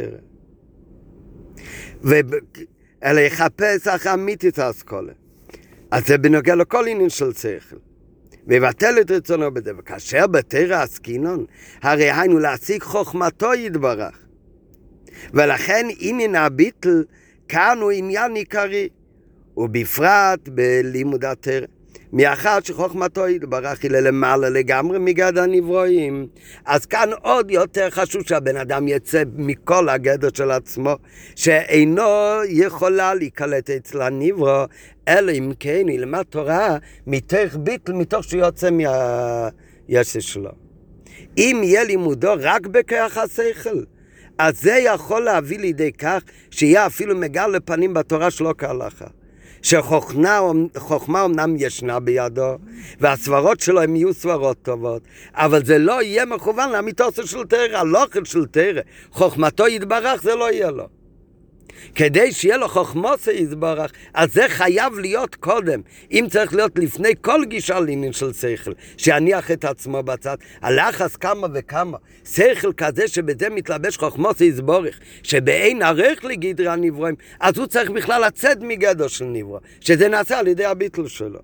ו... אלא יחפש אחר אמיתית האסכולה. אז זה בנוגע לכל עניין של שכל. ויבטל את רצונו בזה. וכאשר בתורה עסקינן, הרי היינו להשיג חוכמתו יתברך. ולכן עניין הביטל כאן הוא עניין עיקרי, ובפרט בלימוד התורה. מאחר שחוכמתו יתברך היא למעלה לגמרי מגדר הנברואים, אז כאן עוד יותר חשוב שהבן אדם יצא מכל הגדר של עצמו, שאינו יכולה להיקלט אצל הנברוא, אלא אם כן ילמד תורה מתוך ביטל, מתוך שיוצא מהיש שלו. אם יהיה לימודו רק בכוח השכל, אז זה יכול להביא לידי כך שיהיה אפילו מגל לפנים בתורה שלו כהלכה. שחוכמה אמנם ישנה בידו, והסברות שלו הם יהיו סברות טובות, אבל זה לא יהיה מכוון לאמיתו של תורה, הלוכן של תורה. חוכמתו יתברך, זה לא יהיה לו. כדי שיהיה לו חוכמתו יתברך, אז זה חייב להיות קודם. אם צריך להיות לפני כל גישה לעניין של שכל, שיניח את עצמו בצד, הלחץ כמה וכמה. שכל כזה שבזה מתלבש חוכמתו יתברך, שבאין ערך לגדרי הנברואים, אז הוא צריך בכלל לצאת מגדר של נברוא, שזה נעשה על ידי הביטל שלו.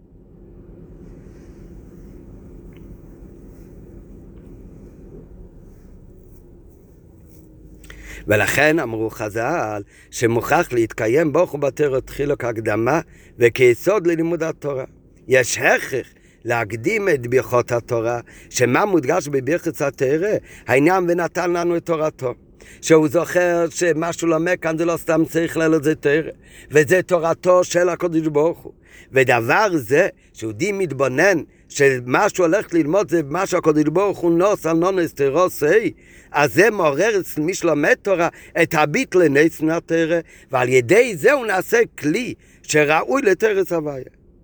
ולכן אמרו חז"ל שמוכרח להתקיים בו ובתורה תחילה כהקדמה וכיסוד ללימוד התורה. יש הכרח להקדים את ברכות התורה, שמה מודגש בברכת התורה? העניין ונתן לנו את תורתו. שהוא זוכר שמה שהוא לומד כאן זה לא סתם צריך אלא זה תורה, וזה תורתו של הקדוש ברוך הוא. ודבר זה שיהודי מתבונן שמה שהוא הולך ללמוד זה מה שהקדוש ברוך הוא נוס על נונס תירוסי, אז זה מעורר אצל מי שלומד תורה את הביטל לנס מהתורה, ועל ידי זה הוא נעשה כלי שראוי לתרס הוויה.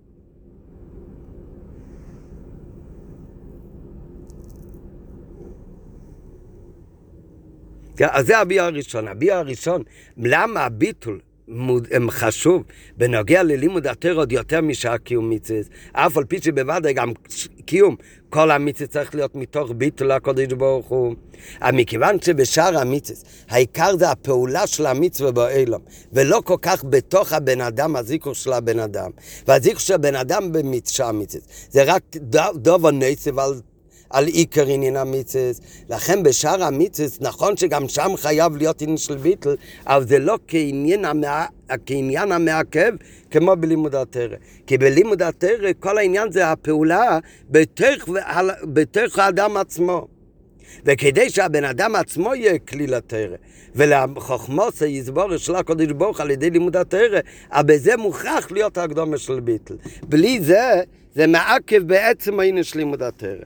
אז זה הביאור הראשון. הביאור הראשון, למה הביטול חשוב בנוגע ללימוד התורה עוד יותר משאר קיום מצוות, אף על פי שבוודאי גם קיום כל המצוות צריך להיות מתוך ביטול הקדוש ברוך הוא. מכיוון שבשאר המצוות העיקר זה הפעולה של המצווה בעולם, ולא כל כך בתוך הבן אדם הזיכוך של הבן אדם, והזיכוך של הבן אדם במצווה המצוות זה רק דובר נסב על על עיקר עניין המצוות. לכן בשאר המצוות נכון שגם שם חייב להיות עניין של ביטל, אבל זה לא כעניין, המע... כעניין המעכב כמו בלימוד התורה. כי בלימוד התורה כל העניין זה הפעולה בתוך, בתוך האדם עצמו. וכדי שהבן אדם עצמו יהיה כלי לתורה, ולחוכמות יסבור של הקדוש ברוך על ידי לימוד התורה, אבל בזה מוכרח להיות הקדומה של ביטל. בלי זה, זה מעכב בעצם העניין של לימוד התורה.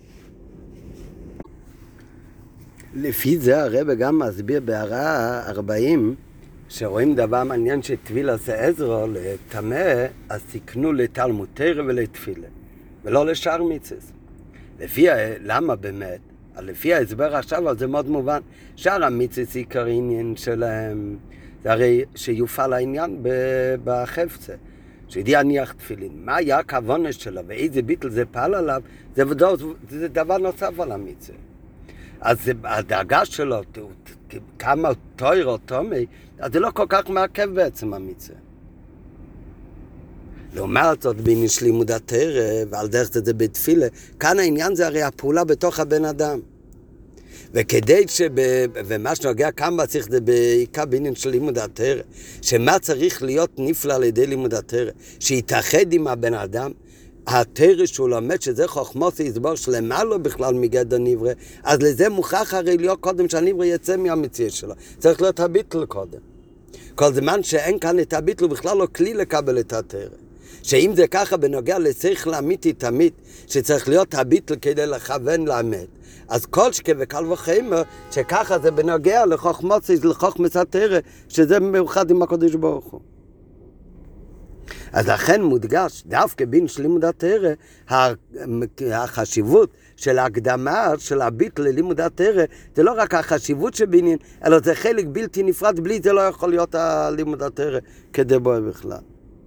לפי זה הרב גם מסביר בהערה ארבעים שרואים דבר מעניין שטבילה זה עזרו לטמא, אז תקנו לתלמוד תורה ולתפילה ולא לשאר מצוות. לפי למה באמת? לפי ההסבר עכשיו אז זה מאוד מובן. שאר המצוות עיקר עניין שלהם זה הרי שיופעל העניין בחפצה, שידע ניח תפילין. מה היה הכוונה שלו ואיזה ביטל זה פעל עליו, זה, זה דבר נוסף על המצוות. אז הדאגה שלו, כמה תויר או תומי, אז זה לא כל כך מעכב בעצם המצווה. לעומת זאת בעניין של לימוד התורה, ועל דרך זה זה בתפילה, כאן העניין זה הרי הפעולה בתוך הבן אדם. וכדי שב... ומה שנוגע כמה צריך זה בעיקר בעניין של לימוד התורה, שמה צריך להיות נפלא על ידי לימוד התורה, שיתאחד עם הבן אדם, התורה שהוא לומד שזה חוכמות יסבור שלמה לו בכלל מגדר נברא, אז לזה מוכרח הרי להיות קודם שהנברא יצא מהמציאות שלו. צריך להיות הביטל קודם. כל זמן שאין כאן את הביטל, בכלל לא כלי לקבל את התורה. שאם זה ככה בנוגע לשכל אמיתי תמיד, שצריך להיות הביטל כדי לכוון לאמת, אז כל שכה וקל וחמר, שככה זה בנוגע לחוכמות, לחוכמת התורה, שזה מאוחד עם הקדוש ברוך הוא. אז לכן מודגש, דווקא בין של לימוד התורה, החשיבות של ההקדמה של הביטל ללימוד התורה, זה לא רק החשיבות שבעניין, אלא זה חלק בלתי נפרד, בלי זה לא יכול להיות הלימוד התורה כדי בו בכלל.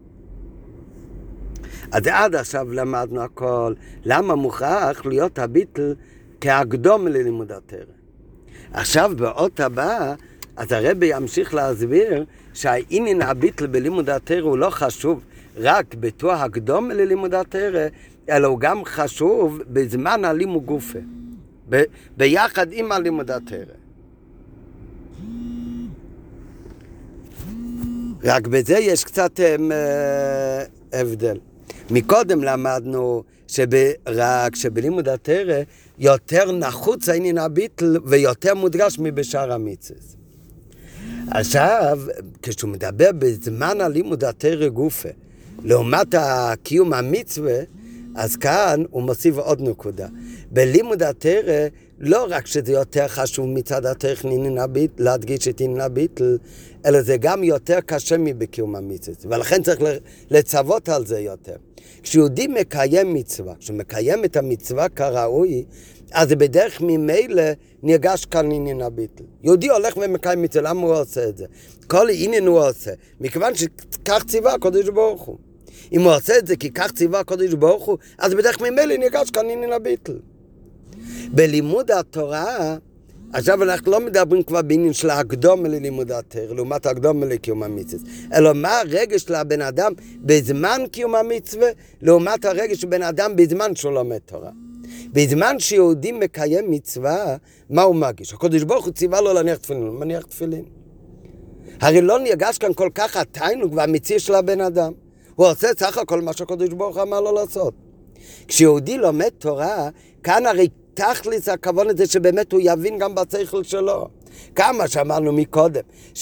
אז עד עכשיו למדנו הכל, למה מוכרח להיות הביטל כהקדום ללימוד התורה. עכשיו באות הבאה, אז הרבי ימשיך להסביר שהעניין הביטל בלימוד התורה הוא לא חשוב רק בתור הקדום ללימוד התורה, אלא הוא גם חשוב בזמן הלימוד גופה, ב- ביחד עם הלימוד התורה. רק בזה יש קצת um, הבדל. מקודם למדנו שרק שבלימוד התורה יותר נחוץ העניין הביטל ויותר מודגש מבשאר המצוות. עכשיו, כשהוא מדבר בזמן הלימוד התורה גופה, לעומת הקיום המצווה, אז כאן הוא מוסיף עוד נקודה. בלימוד התורה, לא רק שזה יותר חשוב מצד הטכני להדגיש את עניין הביטל, אלא זה גם יותר קשה מבקיום המצוות, ולכן צריך לצוות על זה יותר. כשיהודי מקיים מצווה, כשמקיים את המצווה כראוי, אז בדרך ממילא נרגש כאן עניין הביטל. יהודי הולך ומקיים מצווה, למה הוא עושה את זה? כל עניין הוא עושה, מכיוון שכך ציווה הקדוש ברוך הוא. אם הוא עושה את זה כי כך ציווה הקדוש ברוך הוא, אז בדרך ממילא נרגש כאן עניין הביטל. בלימוד התורה, עכשיו אנחנו לא מדברים כבר בעניין של ההקדום ללימוד התורה, לעומת ההקדום לקיום המצווה, אלא מה הרגש של הבן אדם בזמן קיום המצווה, לעומת הרגש של בן אדם בזמן שהוא לומד תורה. בזמן שיהודי מקיים מצווה, מה הוא מרגיש? הקדוש ברוך הוא ציווה לו להניח תפילין, הוא מניח תפילין. הרי לא נרגש כאן כל כך התענוג והמציא של הבן אדם. הוא עושה סך הכל מה שהקדוש ברוך הוא אמר לו לעשות. כשיהודי לומד תורה, כאן הרי תכלס הכוון הזה שבאמת הוא יבין גם בשכל שלו. כמה שאמרנו מקודם,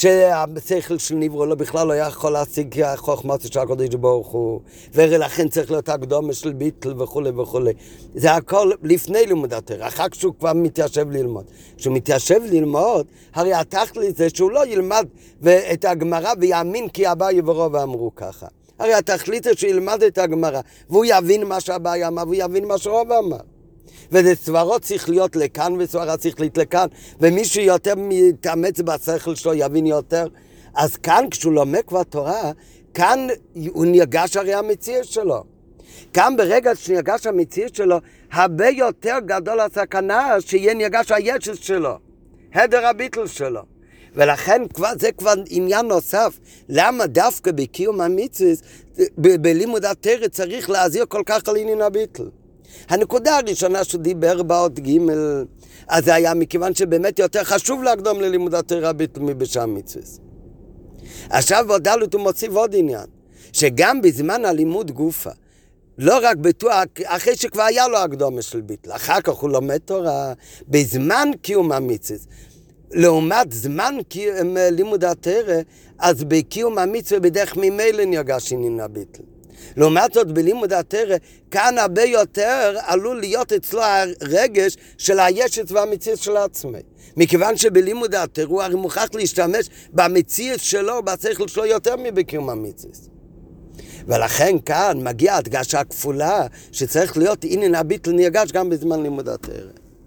שהשכל של נברא לא בכלל לא יכול להשיג חוכמת של הקדוש ברוך הוא, ולכן צריך להיות הקדומה של ביטל וכו' וכו'. זה הכל לפני לימוד התורה, אחר כשהוא כבר מתיישב ללמוד. כשהוא מתיישב ללמוד, הרי התכלס זה שהוא לא ילמד את הגמרא ויאמין כי אביי ורבא אמרו ככה. הרי התכלית זה שהוא ילמד את הגמרא, והוא יבין מה שאביי אמר, והוא יבין מה שרבא אמר. וזה סברות צריך להיות לכאן וסברה צריך להיות לכאן, ומי שיותר מתאמץ בשכל שלו יבין יותר. אז כאן כשהוא לומד כבר תורה, כאן הוא נרגש הרי המציאות שלו. כאן ברגע שנרגש המציאות שלו, הרבה יותר גדול הסכנה שיהיה נרגש הישס שלו, הדר הביטל שלו. ולכן כבר, זה כבר עניין נוסף, למה דווקא בקיום המצוות, בלימוד התורה צריך להזהיר כל כך על עניין הביטל. הנקודה הראשונה שהוא דיבר באות ג' אז זה היה מכיוון שבאמת יותר חשוב להקדום ללימוד התורה ביטל מבשאר המצוות. עכשיו בד' הוא מוסיף עוד עניין, שגם בזמן הלימוד גופה, לא רק בתור, אחרי שכבר היה לו הקדומה של ביטל, אחר כך הוא לומד תורה, בזמן קיום המצוות, לעומת זמן קיום לימוד התורה, אז בקיום המצוות בדרך ממילא נרגש עניין הביטל. לעומת זאת בלימוד התורה, כאן הרבה יותר עלול להיות אצלו הרגש של הישת והמציאות של עצמי. מכיוון שבלימוד התורה הוא הרי מוכרח להשתמש במציאות שלו, בשכל שלו יותר מבקיום המצוות. ולכן כאן מגיעה הדגשה כפולה שצריך להיות עניין הביטל נרגש גם בזמן לימוד התורה.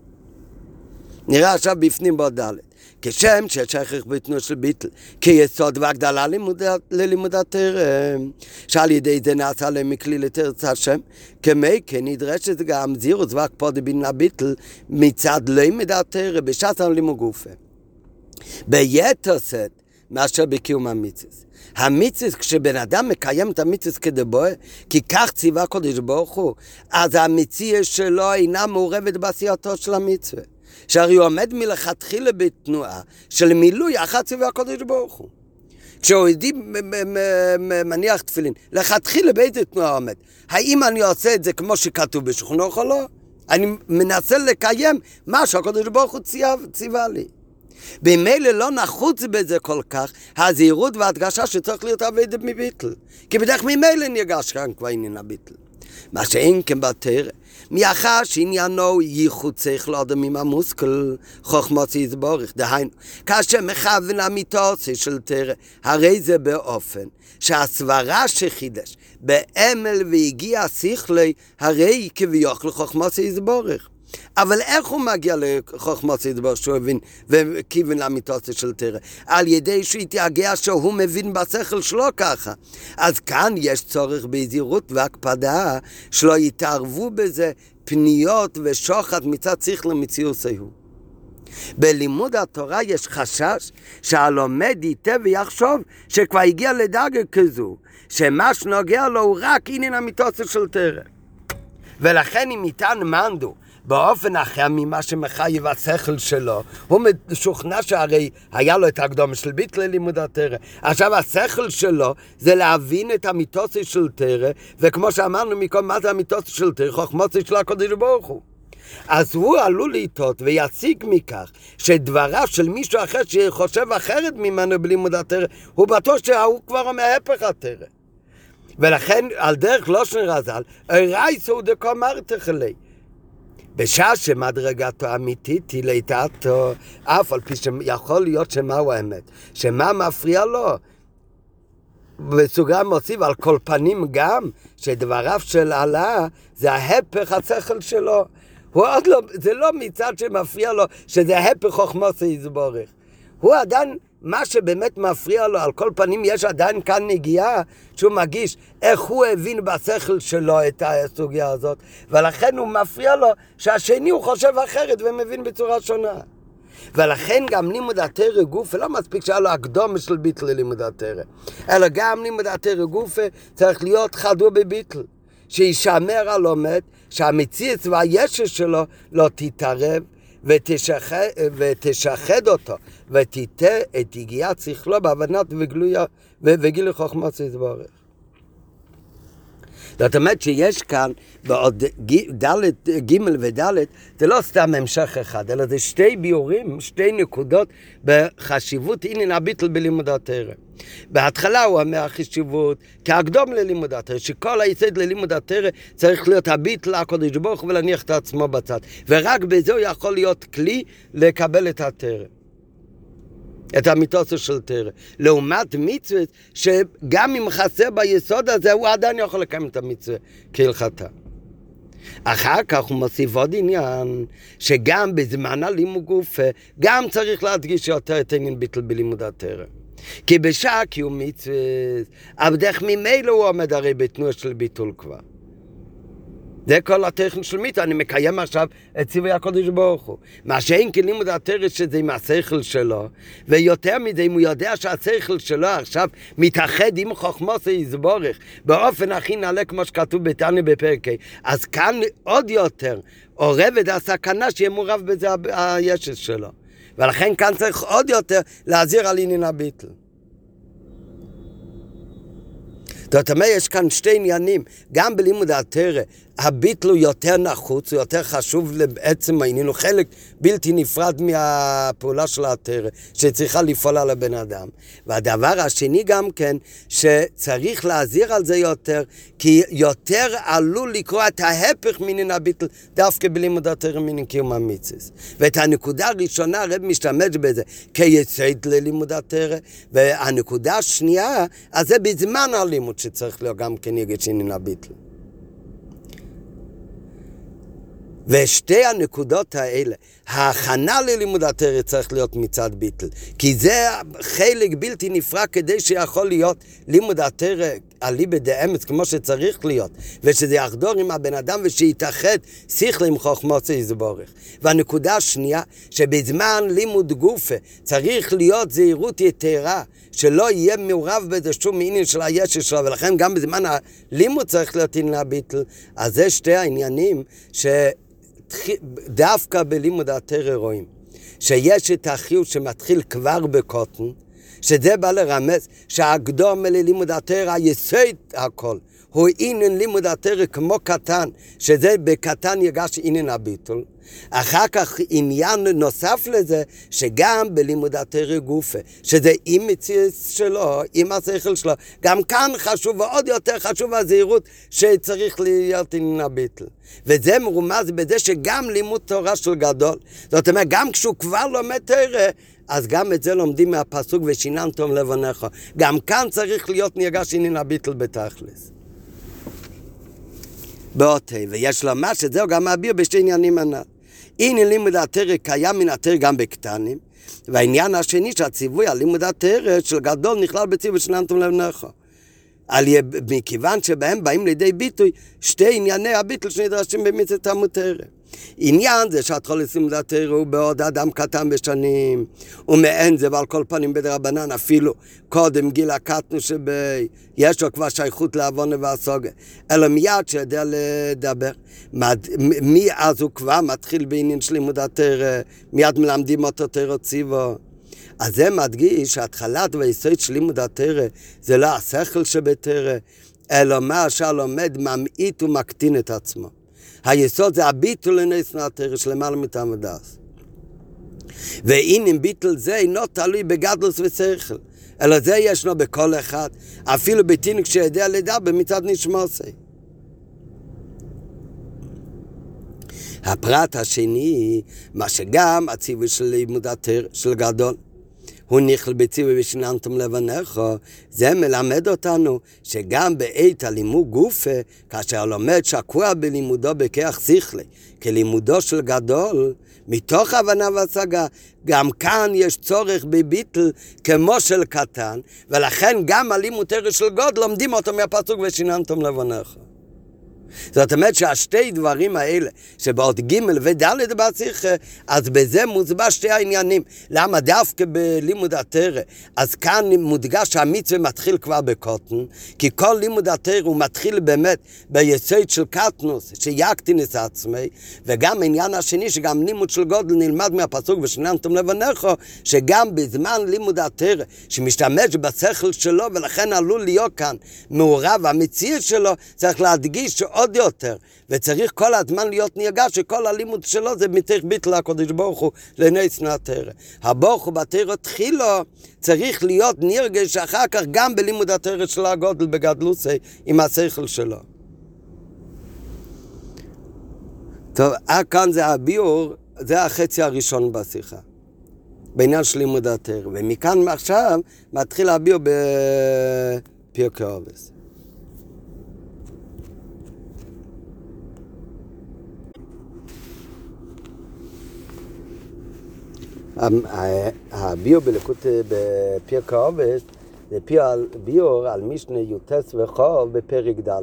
נראה עכשיו בפנים בעוד ד' כשם שיש הכרח בתנועה של ביטל כיסוד והגדלה ללימוד התורה, שעל ידי זה נעשה להם מכלי לתרץ השם, כמי כן נדרשת גם זירוס והקפוד בין הביטל מצד לימוד התורה בשעת הלימוד גופה. ביתר שאת מאשר בקיום המצווה. המצווה, כשבן אדם מקיים את המצווה כדבוה, כי כך ציווה הקדוש ברוך הוא, אז המציאות שלו אינה מעורבת בעשייתו של המצווה. שהרי הוא עומד מלכתחילה בתנועה של מילוי אחת ציווה הקדוש ברוך הוא. כשהוא ידי מניח תפילין, לכתחילה באיזה תנועה עומד? האם אני עושה את זה כמו שכתוב בשולחן ערוך או לא? אני מנסה לקיים מה שהקדוש ברוך הוא ציווה לי. במילא לא נחוץ בזה כל כך הזהירות וההדגשה שצריך להיות עבד מביטל, כי בדרך ממילא נרגש כאן כבר עניין הביטל. מה שאין כן בתורה, מאחר שעניינו ייחוד שכל אדם עם המושכל חוכמת יתברך, דהיינו כאשר מכוון המיתוס של תורה, הרי זה באופן שהסברה שחידש באמל והגיע שכלי, הרי כביכול חוכמת יתברך. אבל איך הוא מגיע לחוכמת יתברך שהוא הבין וכיוון למיתוס של תורה? על ידי שהוא יתייגע שהוא מבין בשכל שלו ככה. אז כאן יש צורך בזהירות והקפדה שלא יתערבו בזה פניות ושוחד מצד שכל למציאות הוא. בלימוד התורה יש חשש שהלומד ייטה ויחשוב שכבר הגיע לדרגה כזו, שמה שנוגע לו הוא רק עניין המיתוס של תורה. ולכן אם ייתן מנדו באופן אחר ממה שמחייב השכל שלו, הוא משוכנע שהרי היה לו את הקדומה של ביטל ללימוד התורה. עכשיו השכל שלו זה להבין את המיתוס של תורה, וכמו שאמרנו מקום, מה זה המיתוס של תורה? חוכמת של הקדוש ברוך הוא. אז הוא עלול לטעות ויציג מכך שדבריו של מישהו אחר שחושב אחרת ממנו בלימוד התורה, הוא בטוח שהוא כבר אומר הפך התורה. ולכן על דרך לושן רז"ל, רייסו הוא דקו מרתך אלי. בשעה שמדרגתו אמיתית היא ליטתו, אף על פי שיכול להיות שמהו האמת, שמה מפריע לו. בסוגריים מוסיף על כל פנים גם שדבריו של עלה זה ההפך השכל שלו. הוא עוד לא, זה לא מצד שמפריע לו שזה ההפך חוכמת יתברך. הוא עדיין, מה שבאמת מפריע לו, על כל פנים יש עדיין כאן נגיעה שהוא מגיש איך הוא הבין בשכל שלו את הסוגיה הזאת, ולכן הוא מפריע לו שהשני הוא חושב אחרת ומבין בצורה שונה. ולכן גם לימוד התורה גופה לא מספיק שהיה לו הקדומה של ביטל ללימוד התורה, אלא גם לימוד התורה גופה צריך להיות חדור בביטל, שישמר הלומד שהמציאות והישש שלו לא תתערב ותשחד, ותשחד אותו ותיתה את הגיעת שכלו בהבנת וגילוי חוכמת יתברך. זאת אומרת שיש כאן בעוד ד' ג' וד' זה לא סתם המשך אחד, אלא זה שתי ביורים, שתי נקודות בחשיבות עניין הביטל בלימוד התורה. בהתחלה הוא אומר החשיבות כהקדום ללימוד התורה, שכל היסוד ללימוד התורה צריך להיות הביטל הקדוש ברוך הוא ולהניח את עצמו בצד, ורק בזה הוא יכול להיות כלי לקבל את התורה, את המיתוס של תורה. לעומת מצווה שגם אם חסר ביסוד הזה הוא עדיין יכול לקיים את המצווה כהלכתה. אחר כך הוא מוסיף עוד עניין שגם בזמן הלימוד גופה גם צריך להדגיש יותר את עניין ביטל בלימוד התורה, כי בשעה קיום מצווה אבל דרך ממילא הוא עומד הרי בתנועה של ביטול כבר. זה כל הטכן של מצווה, אני מקיים עכשיו את ציווי הקדוש ברוך הוא. מה שאין כלימוד התורה שזה עם השכל שלו, ויותר מזה אם הוא יודע שהשכל שלו עכשיו מתאחד עם חוכמת יתברך באופן הכי נעלה כמו שכתוב בתניא בפרק ה', אז כאן עוד יותר עורבת הסכנה שיהיה מעורב בזה הישש שלו, ולכן כאן צריך עוד יותר להזהיר על עניין הביטל. זאת אומרת, יש כאן שתי עניינים, גם בלימוד התורה, הביטל הוא יותר נחוץ, הוא יותר חשוב לעצם העניין, הוא חלק בלתי נפרד מהפעולה של התורה, שצריכה לפעול על הבן אדם. והדבר השני גם כן, שצריך להזהיר על זה יותר, כי יותר עלול לקרוא את ההפך מעניין הביטל, דווקא בלימוד התורה מעניין קיום המצווה. ואת הנקודה הראשונה, הרב משתמש בזה, כיסוד ללימוד התורה, והנקודה השנייה, אז זה בזמן הלימוד שצריך להיות גם כן יגש עניין הביטל. ושתי הנקודות האלה, ההכנה ללימוד התורה צריך להיות מצד ביטל, כי זה חלק בלתי נפרד כדי שיכול להיות לימוד התורה אליבא דאמץ כמו שצריך להיות, ושזה יחדור עם הבן אדם ושיתאחד שכל עם חוכמת יתברך. והנקודה השנייה, שבזמן לימוד גופה צריך להיות זהירות יתרה, שלא יהיה מעורב בזה שום עניין של היש שלו, ולכן גם בזמן הלימוד צריך להיות עניין הביטל. אז זה שתי העניינים שדווקא בלימוד התורה רואים, שיש את החיוב שמתחיל כבר בקוטן, שזה בא לרמז שהקדום ללימוד התורה, היסוד הכל, הוא עניין לימוד התורה כמו קטן, שזה בקטן יגש עניין הביטול. אחר כך עניין נוסף לזה, שגם בלימוד התורה גופה, שזה עם מציאות שלו, עם השכל שלו, גם כאן חשוב ועוד יותר חשוב הזהירות שצריך להיות עניין הביטול. וזה מרומז בזה שגם לימוד תורה של גדול, זאת אומרת, גם כשהוא כבר לומד תורה, אז גם את זה לומדים מהפסוק ושיננתם לבניך. גם כאן צריך להיות נרגש עניין הביטול בתכלס. באותה, ויש לומר שזהו גם מעביר בשתי עניינים הנ"ל. עניין לימוד התורה קיים מן התורה גם בקטנים, והעניין השני שהציווי על לימוד התורה של גדול נכלל בציווי ושיננתם לבניך. מכיוון שבהם באים לידי ביטוי שתי ענייני הביטול שנדרשים במצוות המותרה. עניין זה שהתחולת לימוד התורה הוא בעוד אדם קטן בשנים, ומעין זה ועל כל פנים בדרבנן אפילו קודם גיל הקטנו שבי, יש לו כבר שייכות לעוונה והסוגה, אלא מיד שיודע לדבר, מי אז הוא כבר מתחיל בעניין של לימוד התורה, מיד מלמדים אותו תורה ציוו. אז זה מדגיש שהתחלת והיסוד של לימוד התורה זה לא השכל שבתורה, אלא מה שהלומד ממעיט ומקטין את עצמו. היסוד זה הביטול לנס התורה שלמעלה מטעם ודעת. והנה ביטול זה אינו תלוי בגדלוס ושכל, אלא זה ישנו בכל אחד, אפילו בתינוק שיודע לדבר מצד נשמוסי. הפרט השני, מה שגם הציווי של לימוד התורה של גדול, הוא נכלל בציווי ושיננתם לבניך, זה מלמד אותנו שגם בעת הלימוד גופה, כאשר לומד שקוע בלימודו בכך שכלי, כלימודו של גדול, מתוך הבנה והשגה, גם כאן יש צורך בביטל כמו של קטן, ולכן גם הלימוד תורה של גדול לומדים אותו מהפסוק ושיננתם לבניך. זאת אומרת שהשתי דברים האלה שבעוד ג' וד' בשיחה, אז בזה מוסבר שתי העניינים. למה דווקא בלימוד התורה? אז כאן מודגש שהמצווה מתחיל כבר בקוטן, כי כל לימוד התורה הוא מתחיל באמת ביסוד של קטנוס, שיקטין את עצמי, וגם העניין השני שגם לימוד של גודל נלמד מהפסוק ושיננתם לבניך, שגם בזמן לימוד התורה שמשתמש בשכל שלו, ולכן עלול להיות כאן מעורב המציאות שלו, צריך להדגיש עוד יותר, וצריך כל הזמן להיות נרגש שכל הלימוד שלו זה מתוך ביטול הקדוש ברוך הוא לנס התורה. הברוך הוא בתורה תחילו צריך להיות נרגש אחר כך גם בלימוד התורה של הגודל בגדלוסי עם השכל שלו. טוב, כאן זה הביור, זה החצי הראשון בשיחה בעניין של לימוד התורה, ומכאן מעכשיו מתחיל הביור בפרקי אובס. הביור בליקוד בפרקי אובס זה ביור על משנה יוטס וחוב בפרק ד'.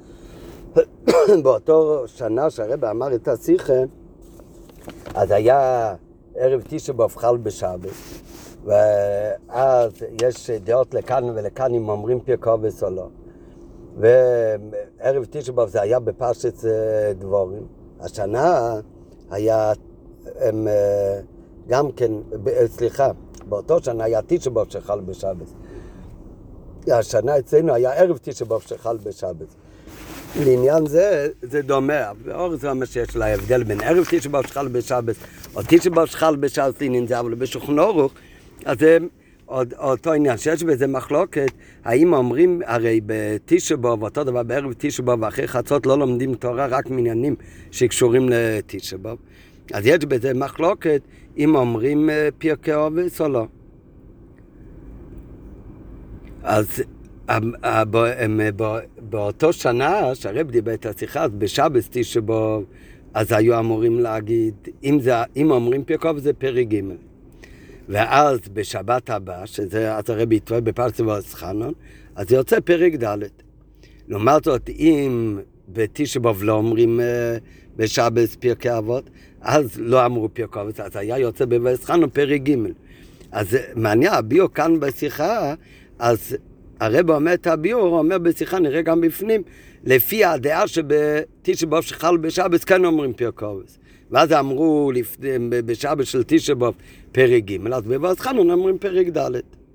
באותו שנה שהרבא אמר את השיחה, אז היה ערב תשעה באב חל בשבת, ואז יש דעות לכאן ולכאן אם אומרים פרקי אובס או לא. וערב תשעה באב זה היה בפרשת דבורים. השנה היה הם, גם כן, סליחה, באותו שנה היה תשעה באב שחל בשבת. השנה אצלנו היה ערב תשעה באב שחל בשבת. לעניין זה, זה דומה, ואור זה אומר שיש לה הבדל בין ערב תשעה באב שחל בשבת, או תשעה באב שחל בשבת לעניין זה, אבל בשולחן ערוך, אז זה עוד, אותו עניין שיש בזה מחלוקת, האם אומרים, הרי בתשעה באב, אותו דבר בערב תשעה באב, ואחרי חצות לא לומדים תורה רק מעניינים שקשורים לתשעה באב, אז יש בזה מחלוקת, אם אומרים פרקי אובס או לא. אז באותו שנה שהרב דיבר את השיחה, אז בשבת תשעה באב, אז היו אמורים להגיד, אם, זה, אם אומרים פרקי אובס זה פרק ג', ואז בשבת הבא, שזה אז הרב יתווה בפרשת ואסחנון, אז זה יוצא פרק ד'. לעומת זאת, אם בתשעה באב לא אומרים בשבס פרקי אבות, אז לא אמרו פרקי אבות, אז היה יוצא בבית חנון פרק ג'. אז מעניין, הביור כאן בשיחה, אז הרב אומר את הביור, הוא אומר בשיחה, נראה גם בפנים, לפי הדעה שבתשעה באב שחל בשבס כן אומרים פרקי אבות. ואז אמרו בשבס של תשעה באב פרק ג', אז בבית חנון אומרים פרק ד'.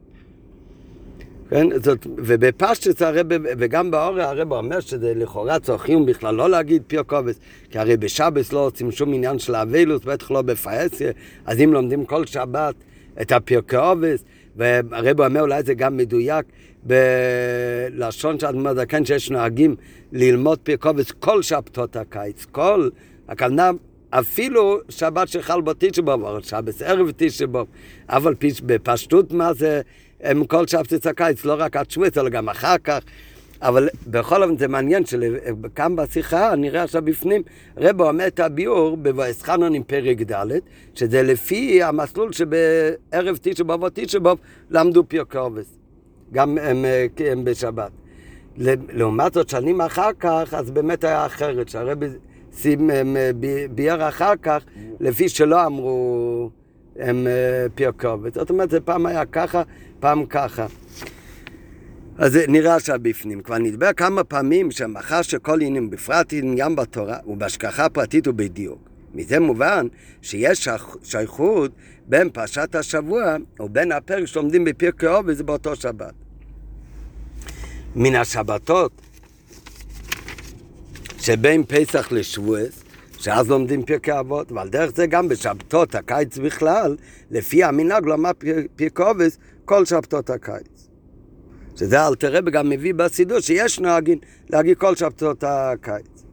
כן? זאת, ובפשטס הרב, וגם באוריה הרב אומר שזה לכאורה צורכים בכלל לא להגיד פרקי אבות, כי הרי בשבס לא עושים שום עניין של אבילוס, בטח לא בפרהסיה, אז אם לומדים כל שבת את הפרקי אבות, והרב אומר אולי זה גם מדויק בלשון שאדמו"ר הזקן שיש נוהגים ללמוד פרקי אבות כל שבתות הקיץ, כל הכוונה אפילו שבת שחל בו תשעה באב, או שבת ערב תשעה באב, אבל בפשטות מה זה הם כל שבתות הקיץ, לא רק עד שבועס, אלא גם אחר כך. אבל בכל אופן זה מעניין שכאן בשיחה, נראה עכשיו בפנים, רב אומר את הביור בבית חנון עם פרק ד', שזה לפי המסלול שבערב תשעה באב או תשעה באב למדו פרקי אבות, גם הם, הם בשבת. לעומת זאת שנים אחר כך, אז באמת היה אחרת, שהרב ביאר אחר כך, לפי שלא אמרו הם פרקי אבות. זאת אומרת, זה פעם היה ככה, פעם ככה. אז נראה שבפנים, כבר נדבר כמה פעמים שמאחר שכל עניין בפרט עניין בתורה ובהשגחה פרטית ובדיוק. מזה מובן שיש שייכות בין פרשת השבוע ובין הפרק שלומדים בפרקי אבות, וזה באותו שבת. מן השבתות שבין פסח לשבועס, שאז לומדים פרקי אבות, ועל דרך זה גם בשבתות הקיץ בכלל, לפי המנהג לומר פרקי אבות כל שבתות הקיץ. שזה אלתר רבי גם מביא בסידור שיש נוהגים להגיד כל שבתות הקיץ.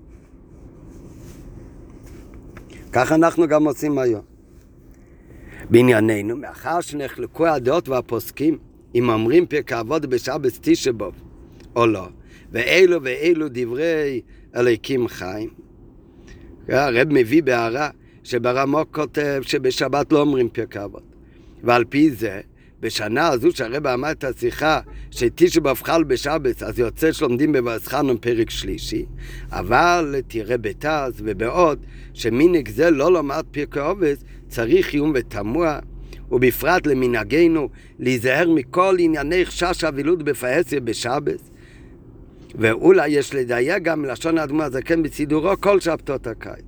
כך אנחנו גם עושים היום. בענייננו, מאחר שנחלקו הדעות והפוסקים, אם אומרים פרקי אבות בשבס תשעה באב או לא, ואילו ואילו דברי אלוקים חיים. הרב מביא בהערה שברמוק כותב שבשבת לא אומרים פרקי אבות. ועל פי זה, בשנה הזו שהרב אמר את השיחה שתשעה באב חל בשבס, אז יוצא שלומדים בבית חנון פרק שלישי, אבל תראה בתז ובעוד שמנהג זה לא לומד פרקי אבות צריך עיון ותמוה, ובפרט למנהגנו להיזהר מכל ענייני חשש אבילות בפרהסיה בשבס, ואולי יש לדייק גם מלשון האדמו"ר הזקן בסידורו כל שבתות הקיץ.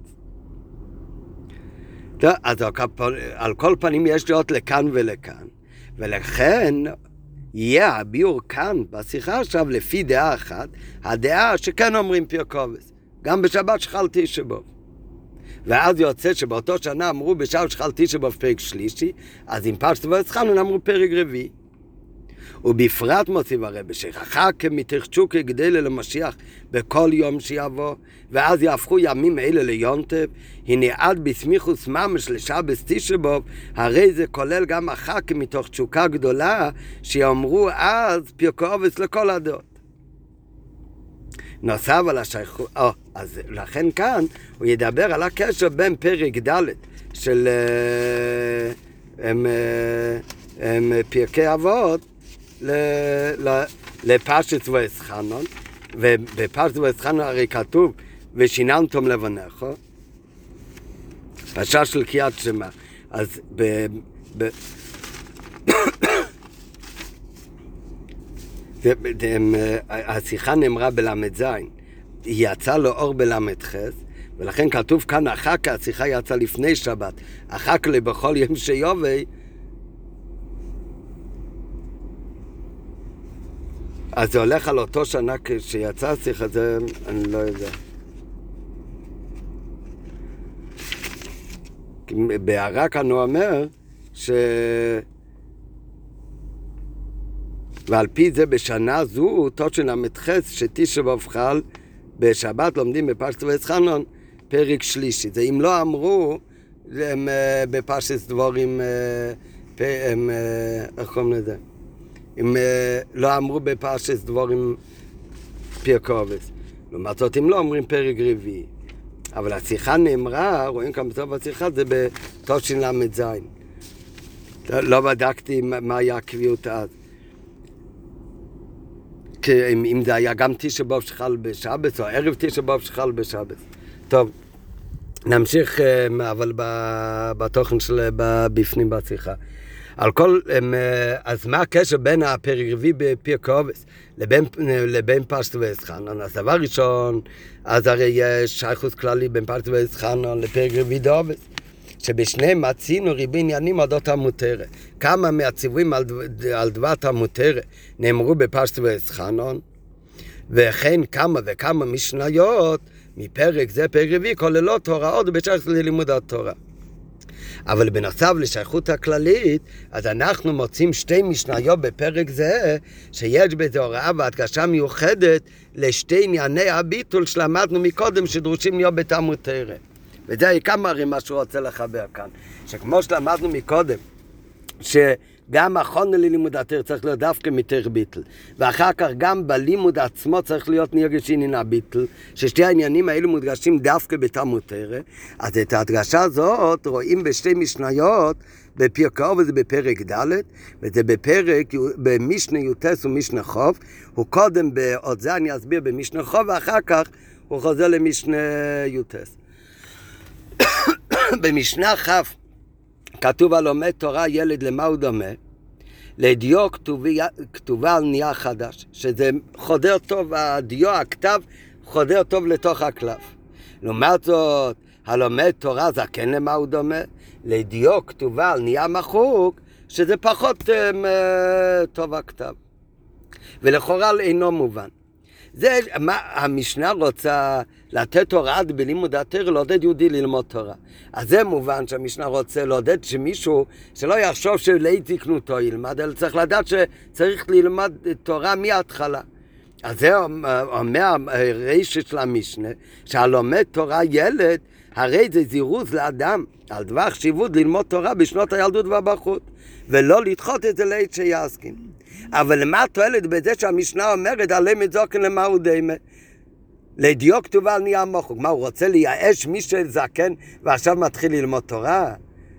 אז על כל פנים יש דעות לכאן ולכאן, ולכן יהיה הביור כאן בשיחה עכשיו לפי דעה אחת, הדעה שכן אומרים פרקי אבות, גם בשבת שחל תשעה באב. ואז יוצא שבאותו שנה אמרו בשבת שחל תשעה באב פרק שלישי, אז עם פרשת בית חנון אמרו פרק רביעי. ובפרט מוסיף הרב שחכם מתחשוק גדל למשיח בכל יום שיבוא, ואז יהפכו ימים אלה ליונטב, הנה עד בסמיכוס ממש לשבס תשעה באב, הרי זה כולל גם החכם מתוך תשוקה גדולה שיאמרו אז פרקי אבות לכל הדעות. נוסף על השייכות, או, אז לכן כאן הוא ידבר על הקשר בין פרק ד' של הם, הם, פרקי אבות לפרשת בית חנון, ובפרשת בית חנון הרי כתוב ושיננתם לבניך, פרשה של קריאת שמע. אז ב, ב, השיחה נאמרה בלמד זין, היא יצאה לאור בלמד חס, ולכן כתוב כאן אחר כך, השיחה יצאה לפני שבת, אחר כך בכל יום שיובי, אז זה הולך על אותו שנה כשיצא השיחה, זה אני לא יודע. בהערה כאן הוא אומר ש... ועל פי זה בשנה זו, תושן המתחס שתשעה באב חל בשבת לומדים בפרשת בית חנון פרק שלישי. זה אם לא אמרו, הם בפרשת דבורים, הם, איך קוראים לזה? אם לא אמרו בפרשת דבורים פרקי אבות. לעומת זאת, אם לא אומרים פרק רביעי. אבל השיחה נאמרה, רואים כאן בסוף השיחה, זה בתושן למד זין. לא בדקתי מה היה הקביעות אז. אם זה היה גם תשעה באב שחל בשבת, או ערב תשעה באב שחל בשבת. טוב, נמשיך, אבל בתוכן של בפנים בשיחה. על כל, אז מה הקשר בין הפרק רביעי בפרקי אובס לבין, לבין פרשת ואסחנון? אז דבר ראשון, אז הרי יש שייכות כללי בין פרשת ואסחנון לפרק רביעי באובס, שבשניהם מצינו ריבי עניינים אודות המותרת. כמה מהציוויים על, על דבת המותרת נאמרו בפרשת ואסחנון, וכן כמה וכמה משניות מפרק זה, פרק רביעי, כוללות הוראות בשייכות ללימוד התורה. אבל בנוסף לשייכות הכללית, אז אנחנו מוצאים שתי משניות בפרק זה, שיש בזה הוראה והדגשה מיוחדת לשתי ענייני הביטול שלמדנו מקודם שדרושים להיות בתלמוד תורה. וזה כמה הרי מה שהוא רוצה לחבר כאן, שכמו שלמדנו מקודם, שגם החונה ללימוד התורה צריך להיות דווקא מתוך ביטל, ואחר כך גם בלימוד עצמו צריך להיות נרגש עניין הביטל, ששתי העניינים האלו מודגשים דווקא בתלמוד תורה. אז את ההדגשה הזאת רואים בשתי משניות, בפרקי אובס וזה בפרק ד', וזה בפרק, במשנה יוטס ומשנה חוב. הוא קודם, בעוד זה אני אסביר במשנה חוב, ואחר כך הוא חוזר למשנה יוטס. במשנה חב כתוב על לומד תורה ילד למה הוא דומה? לדיו כתובה על נייר חדש, שזה חודר טוב, הדיו, הכתב, חודר טוב לתוך הקלף. לעומת זאת, הלומד תורה זקן למה הוא דומה? לדיו כתובה על נייר מחוק, שזה פחות um, טוב הכתב. ולכאורה אינו מובן. זה מה המשנה רוצה לתת הוראה בלימוד התורה, לעודד יהודי ללמוד תורה. אז זה מובן שהמשנה רוצה לעודד שמישהו שלא יחשוב שלעת זקנותו ילמד, אלא צריך לדעת שצריך ללמד תורה מההתחלה. אז זה אומר הרישא של המשנה, שהלומד תורה ילד, הרי זה זירוז לאדם על דבר חשיבות ללמוד תורה בשנות הילדות והבחרות, ולא לדחות את זה לעת שיעסקין. אבל למה התועלת בזה שהמשנה אומרת הלמד זקן למה הוא דומה? לדיו כתובה על נייר מחוק. מה, הוא רוצה לייאש מי שזקן ועכשיו מתחיל ללמוד תורה?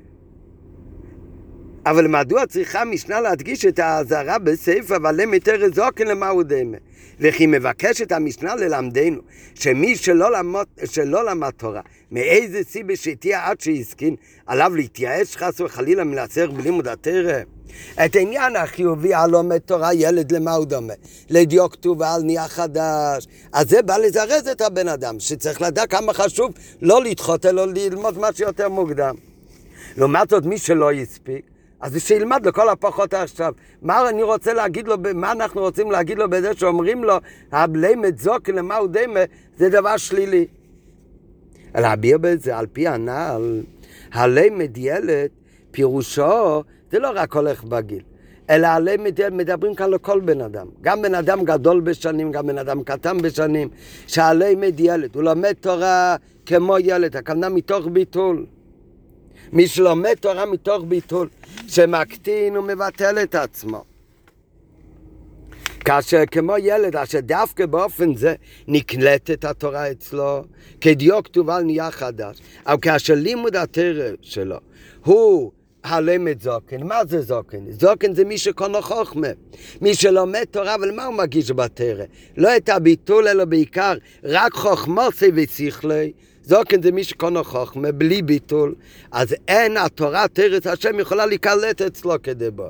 אבל מדוע צריכה המשנה להדגיש את האזהרה בספר והלמד תורה זקן למה הוא דומה? וכי מבקשת המשנה ללמדנו שמי שלא למד, שלא למד תורה, מאיזה סיבה שתהיה עד שיזקין, עליו להתייאש חס וחלילה מלעשר בלימוד התורה? את העניין החיובי הלומד תורה ילד למה הוא דומה? לדיו כתובה על נייר חדש. אז זה בא לזרז את הבן אדם, שצריך לדעת כמה חשוב לא לדחות אלא ללמוד מה שיותר מוקדם. לעומת זאת מי שלא יספיק, אז שילמד לכל הפחות עכשיו. מה אני רוצה להגיד לו, מה אנחנו רוצים להגיד לו בזה שאומרים לו, הלמד זקן למה הוא דומה, זה דבר שלילי. להביע בזה על פי הנעל, הלמד ילד, פירושו, זה לא רק הולך בגיל, אלא הלמד ילד מדברים כאן לכל בן אדם. גם בן אדם גדול בשנים, גם בן אדם קטן בשנים, שהלמד ילד, הוא לומד תורה כמו ילד, הכוונה מתוך ביטול. מי שלומד תורה מתוך ביטול, שמקטין ומבטל את עצמו. כאשר כמו ילד, אשר דווקא באופן זה נקלטת התורה אצלו, כדיו כתובה על נייר חדש, אבל כאשר לימוד התורה שלו הוא הלמד זקן. מה זה זקן? זקן זה מי שקונה חוכמה, מי שלומד תורה, אבל מה הוא מגיש בתורה? לא את הביטול אלא בעיקר רק חוכמוסי ושכלי. זקן זה מי שקונה חוכמה בלי ביטול, אז אין התורה תורת השם יכולה להיקלט אצלו כדי בו.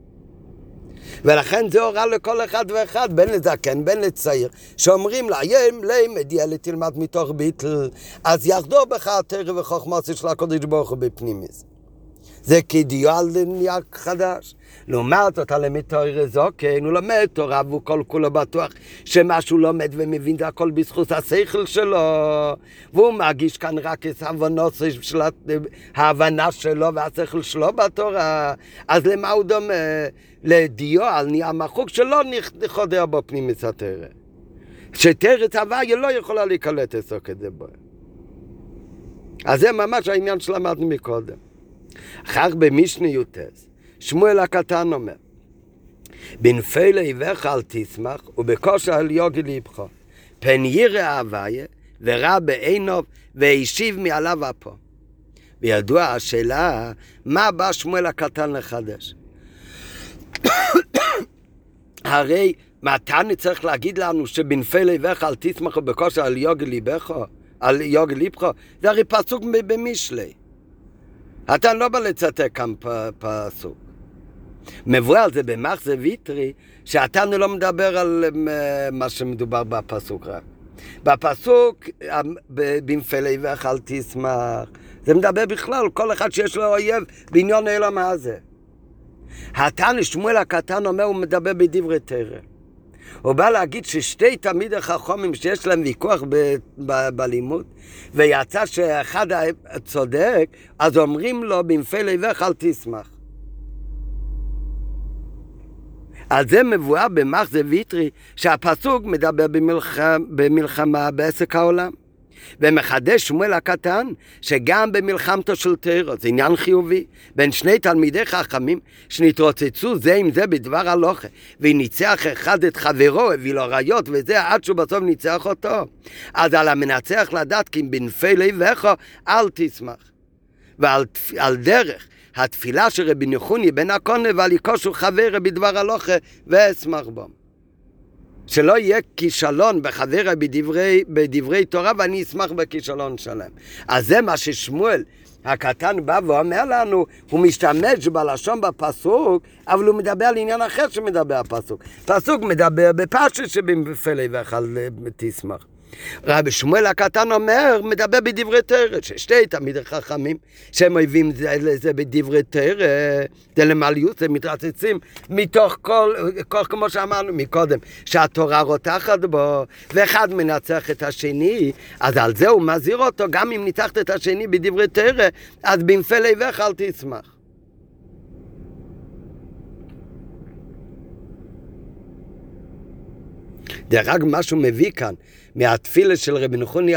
ולכן זה הוראה לכל אחד ואחד, בין לזקן, בין לצעיר, שאומרים לה, למד ילד תלמד מתוך ביטל, אז יחדור בך התורה וחוכמוסי של הקדוש ברוך הוא בפנימיס. זה כדיו על נייר חדש. לעומת זאת, הלמד תורה זקן, הוא לומד תורה והוא כל כולו בטוח שמה שהוא לומד ומבין זה הכל בזכות השכל שלו, והוא מרגיש כאן רק את של ההבנה שלו והשכל שלו בתורה. אז למה הוא דומה? לדיו על נייר מחוק שלא חודר בו פנימית התורה, שתורת הוויה לא יכולה להיקלט אצלו כדי בו. אז זה ממש העניין שלמדנו מקודם. אחר במשנה יוטס, שמואל הקטן אומר, בנפל איבך אל תשמח ובכושר על יוגי ליבך, פן ירא הוויה ורע בעיניו והשיב מעליו אפו. וידוע השאלה, מה בא שמואל הקטן לחדש? הרי מתי אני צריך להגיד לנו שבנפי לבך אל תשמח בכושר על יוגל ליבך? על יוגל ליבך? זה הרי פסוק במשלי. אתה לא בא לצטט כאן פסוק. מבואר על זה במחזה ויטרי, שאתה לא מדבר על מה שמדובר בפסוק רק. בפסוק, בנפי לבך אל תשמח, זה מדבר בכלל, כל אחד שיש לו אויב בעניין העולם הזה. התנא שמואל הקטן אומר, הוא מדבר בדברי תורה. הוא בא להגיד ששתי תלמידי חכמים שיש להם ויכוח ב- ב- בלימוד, ויצא שאחד צודק, אז אומרים לו, בנפי לבך אל תשמח. על זה מבואר במחזה ויטרי, שהפסוק מדבר במלחמה, במלחמה בעסק העולם. ומחדש שמואל הקטן שגם במלחמתו של תורה זה עניין חיובי בין שני תלמידי חכמים שנתרוצצו זה עם זה בדבר הלוכה, וניצח אחד את חברו, הביא לו ראיות וזה עד שהוא בסוף ניצח אותו. אז על המנצח לדעת כי בנפי לבך אל תשמח. ועל על דרך התפילה של רבי נחוני בן הקונה ועל יקושו חברה בדבר הלוכה ואשמח בו, שלא יהיה כישלון בחברה בדברי, בדברי תורה, ואני אשמח בכישלון שלהם. אז זה מה ששמואל הקטן בא ואומר לנו, הוא משתמש בלשון בפסוק, אבל הוא מדבר על עניין אחר שמדבר הפסוק. פסוק מדבר בפשט שבנפי לבך אל תשמח. רבי שמואל הקטן אומר, מדבר בדברי תורה, ששתי תלמידי חכמים שהם אוהבים זה בדברי תורה, זה למעליות, זה מתרצצים מתוך כל, כל כמו שאמרנו מקודם, שהתורה רותחת בו, ואחד מנצח את השני, אז על זה הוא מזהיר אותו, גם אם ניצחת את השני בדברי תורה, אז בנפי לבך אל תשמח. דרך אגב, מה שהוא מביא כאן, מהתפילה של רבי נחוני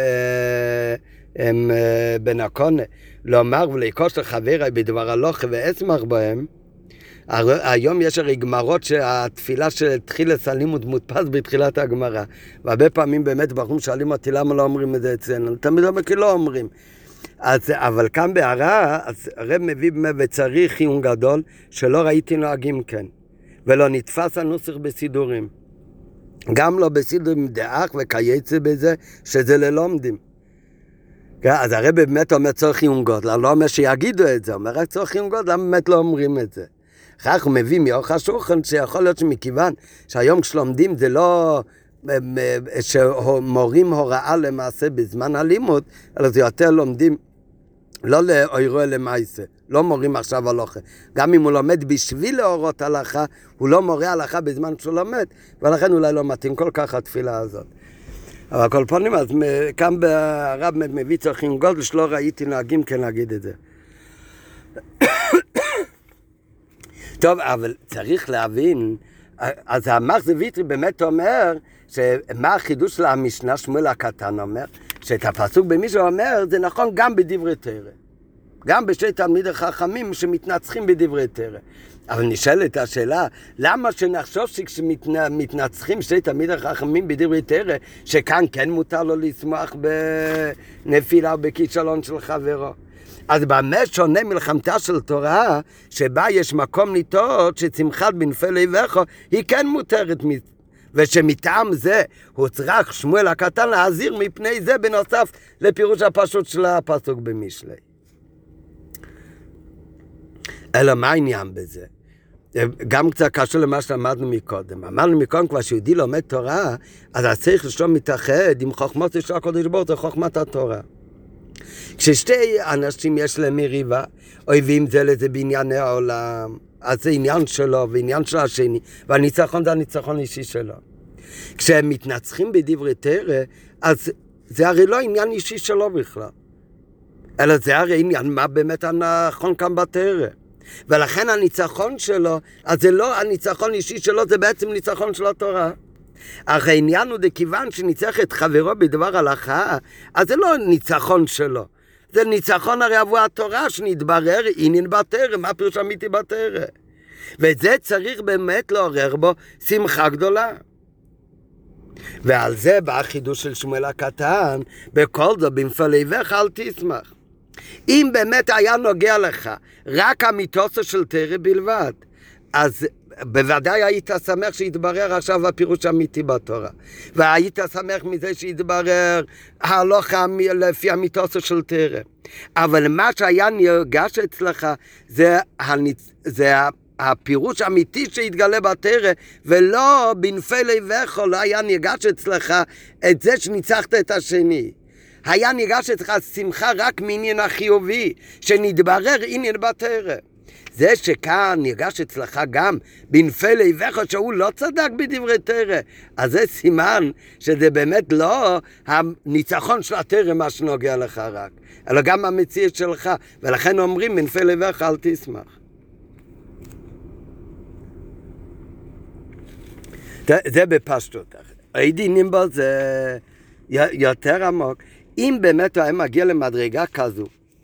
בן הקונה, לומר ולקוש לחברה בדבר הלוכה ואשמח בהם, היום יש הרי גמרות שהתפילה של תחילת הלימוד מודפס בתחילת הגמרא, והרבה פעמים באמת בחורים שואלים אותי למה לא אומרים את זה אצלנו, תמיד אומר כי לא אומרים. אז, אבל כאן בהערה, אז הרב מביא וצריך חיון גדול שלא ראיתי נוהגים כן, ולא נתפס הנוסח בסידורים. גם לא בסידורים דאח וכייצא בזה, שזה ללומדים. אז הרב באמת אומר צורך חיון גודל, לא אומר שיגידו את זה, אומר רק צורך חיון גודל, למה באמת לא אומרים את זה? אחר כך הוא מביא מאורך השולחן, שיכול להיות שמכיוון שהיום כשלומדים זה לא שמורים הוראה למעשה בזמן הלימוד, אלא זה יותר לומדים לא לאוירו למעשה, לא מורים עכשיו הלכה. גם אם הוא לומד בשביל להורות הלכה, הוא לא מורה הלכה בזמן שהוא לומד, ולכן אולי לא מתאים כל כך התפילה הזאת. אבל כל פעמים, אז כאן הרב מביא צורכים גודל שלא ראיתי נהגים כן להגיד את זה. טוב, אבל צריך להבין, אז המחזה ויטרי באמת אומר, שמה החידוש של המשנה שמואל הקטן אומר, שאת הפסוק במישהו אומר, זה נכון גם בדברי תורה. גם בשתי תלמידי חכמים שמתנצחים בדברי תורה. אבל נשאלת השאלה, למה שנחשוב שכשמתנצחים שתי תלמידי חכמים בדברי תורה, שכאן כן מותר לו לשמוח בנפילה או בכישלון של חברו? אז במה שונה מלחמתה של תורה, שבה יש מקום לטעות שצמחת בנפי לבך, היא כן מותרת, ושמטעם זה הוא צריך שמואל הקטן להזהיר מפני זה בנוסף לפירוש הפשוט של הפסוק במשלי. אלא מה העניין בזה? גם קצת קשור למה שלמדנו מקודם. אמרנו מקודם כבר שיהודי לומד תורה, אז צריך לשלום מתאחד עם חוכמת של הקודש ברוך הוא, חוכמת התורה. כששתי אנשים יש להם מריבה, אויבים זה לזה בענייני העולם, אז זה עניין שלו ועניין של השני, והניצחון זה הניצחון אישי שלו. כשהם מתנצחים בדברי תורה, אז זה הרי לא עניין אישי שלו בכלל, אלא זה הרי עניין מה באמת הנכון כאן בתורה. ולכן הניצחון שלו, אז זה לא הניצחון אישי שלו, זה בעצם ניצחון של התורה. אך העניין הוא דכיוון שניצח את חברו בדבר הלכה, אז זה לא ניצחון שלו. זה ניצחון הרי עבור התורה שנתברר, הנה בתורה, מה פירוש אמיתי בתורה. ואת זה צריך באמת לעורר בו שמחה גדולה. ועל זה בא החידוש של שמואל הקטן, בכל זאת בנפי לבך אל תשמח. אם באמת היה נוגע לך רק המיתוסו של תורה בלבד, אז בוודאי היית שמח שיתברר עכשיו הפירוש האמיתי בתורה. והיית שמח מזה שיתברר ההלכה לפי המיתוסו של תורה. אבל מה שהיה נרגש אצלך זה, הניצ... זה הפירוש האמיתי שהתגלה בתורה, ולא בנפי לבך לא היה נרגש אצלך את זה שניצחת את השני. היה ניגש אצלך שמחה רק מעניין החיובי, שנתברר עניין בתורה. זה שכאן ניגש אצלך גם בנפי לבך שהוא לא צדק בדברי תורה, אז זה סימן שזה באמת לא הניצחון של התורה מה שנוגע לך רק, אלא גם המציאות שלך, ולכן אומרים בנפי לבך אל תשמח. זה, זה בפשטות. הידינים בו זה יותר עמוק. אם באמת הוא היה מגיע למדרגה כזו,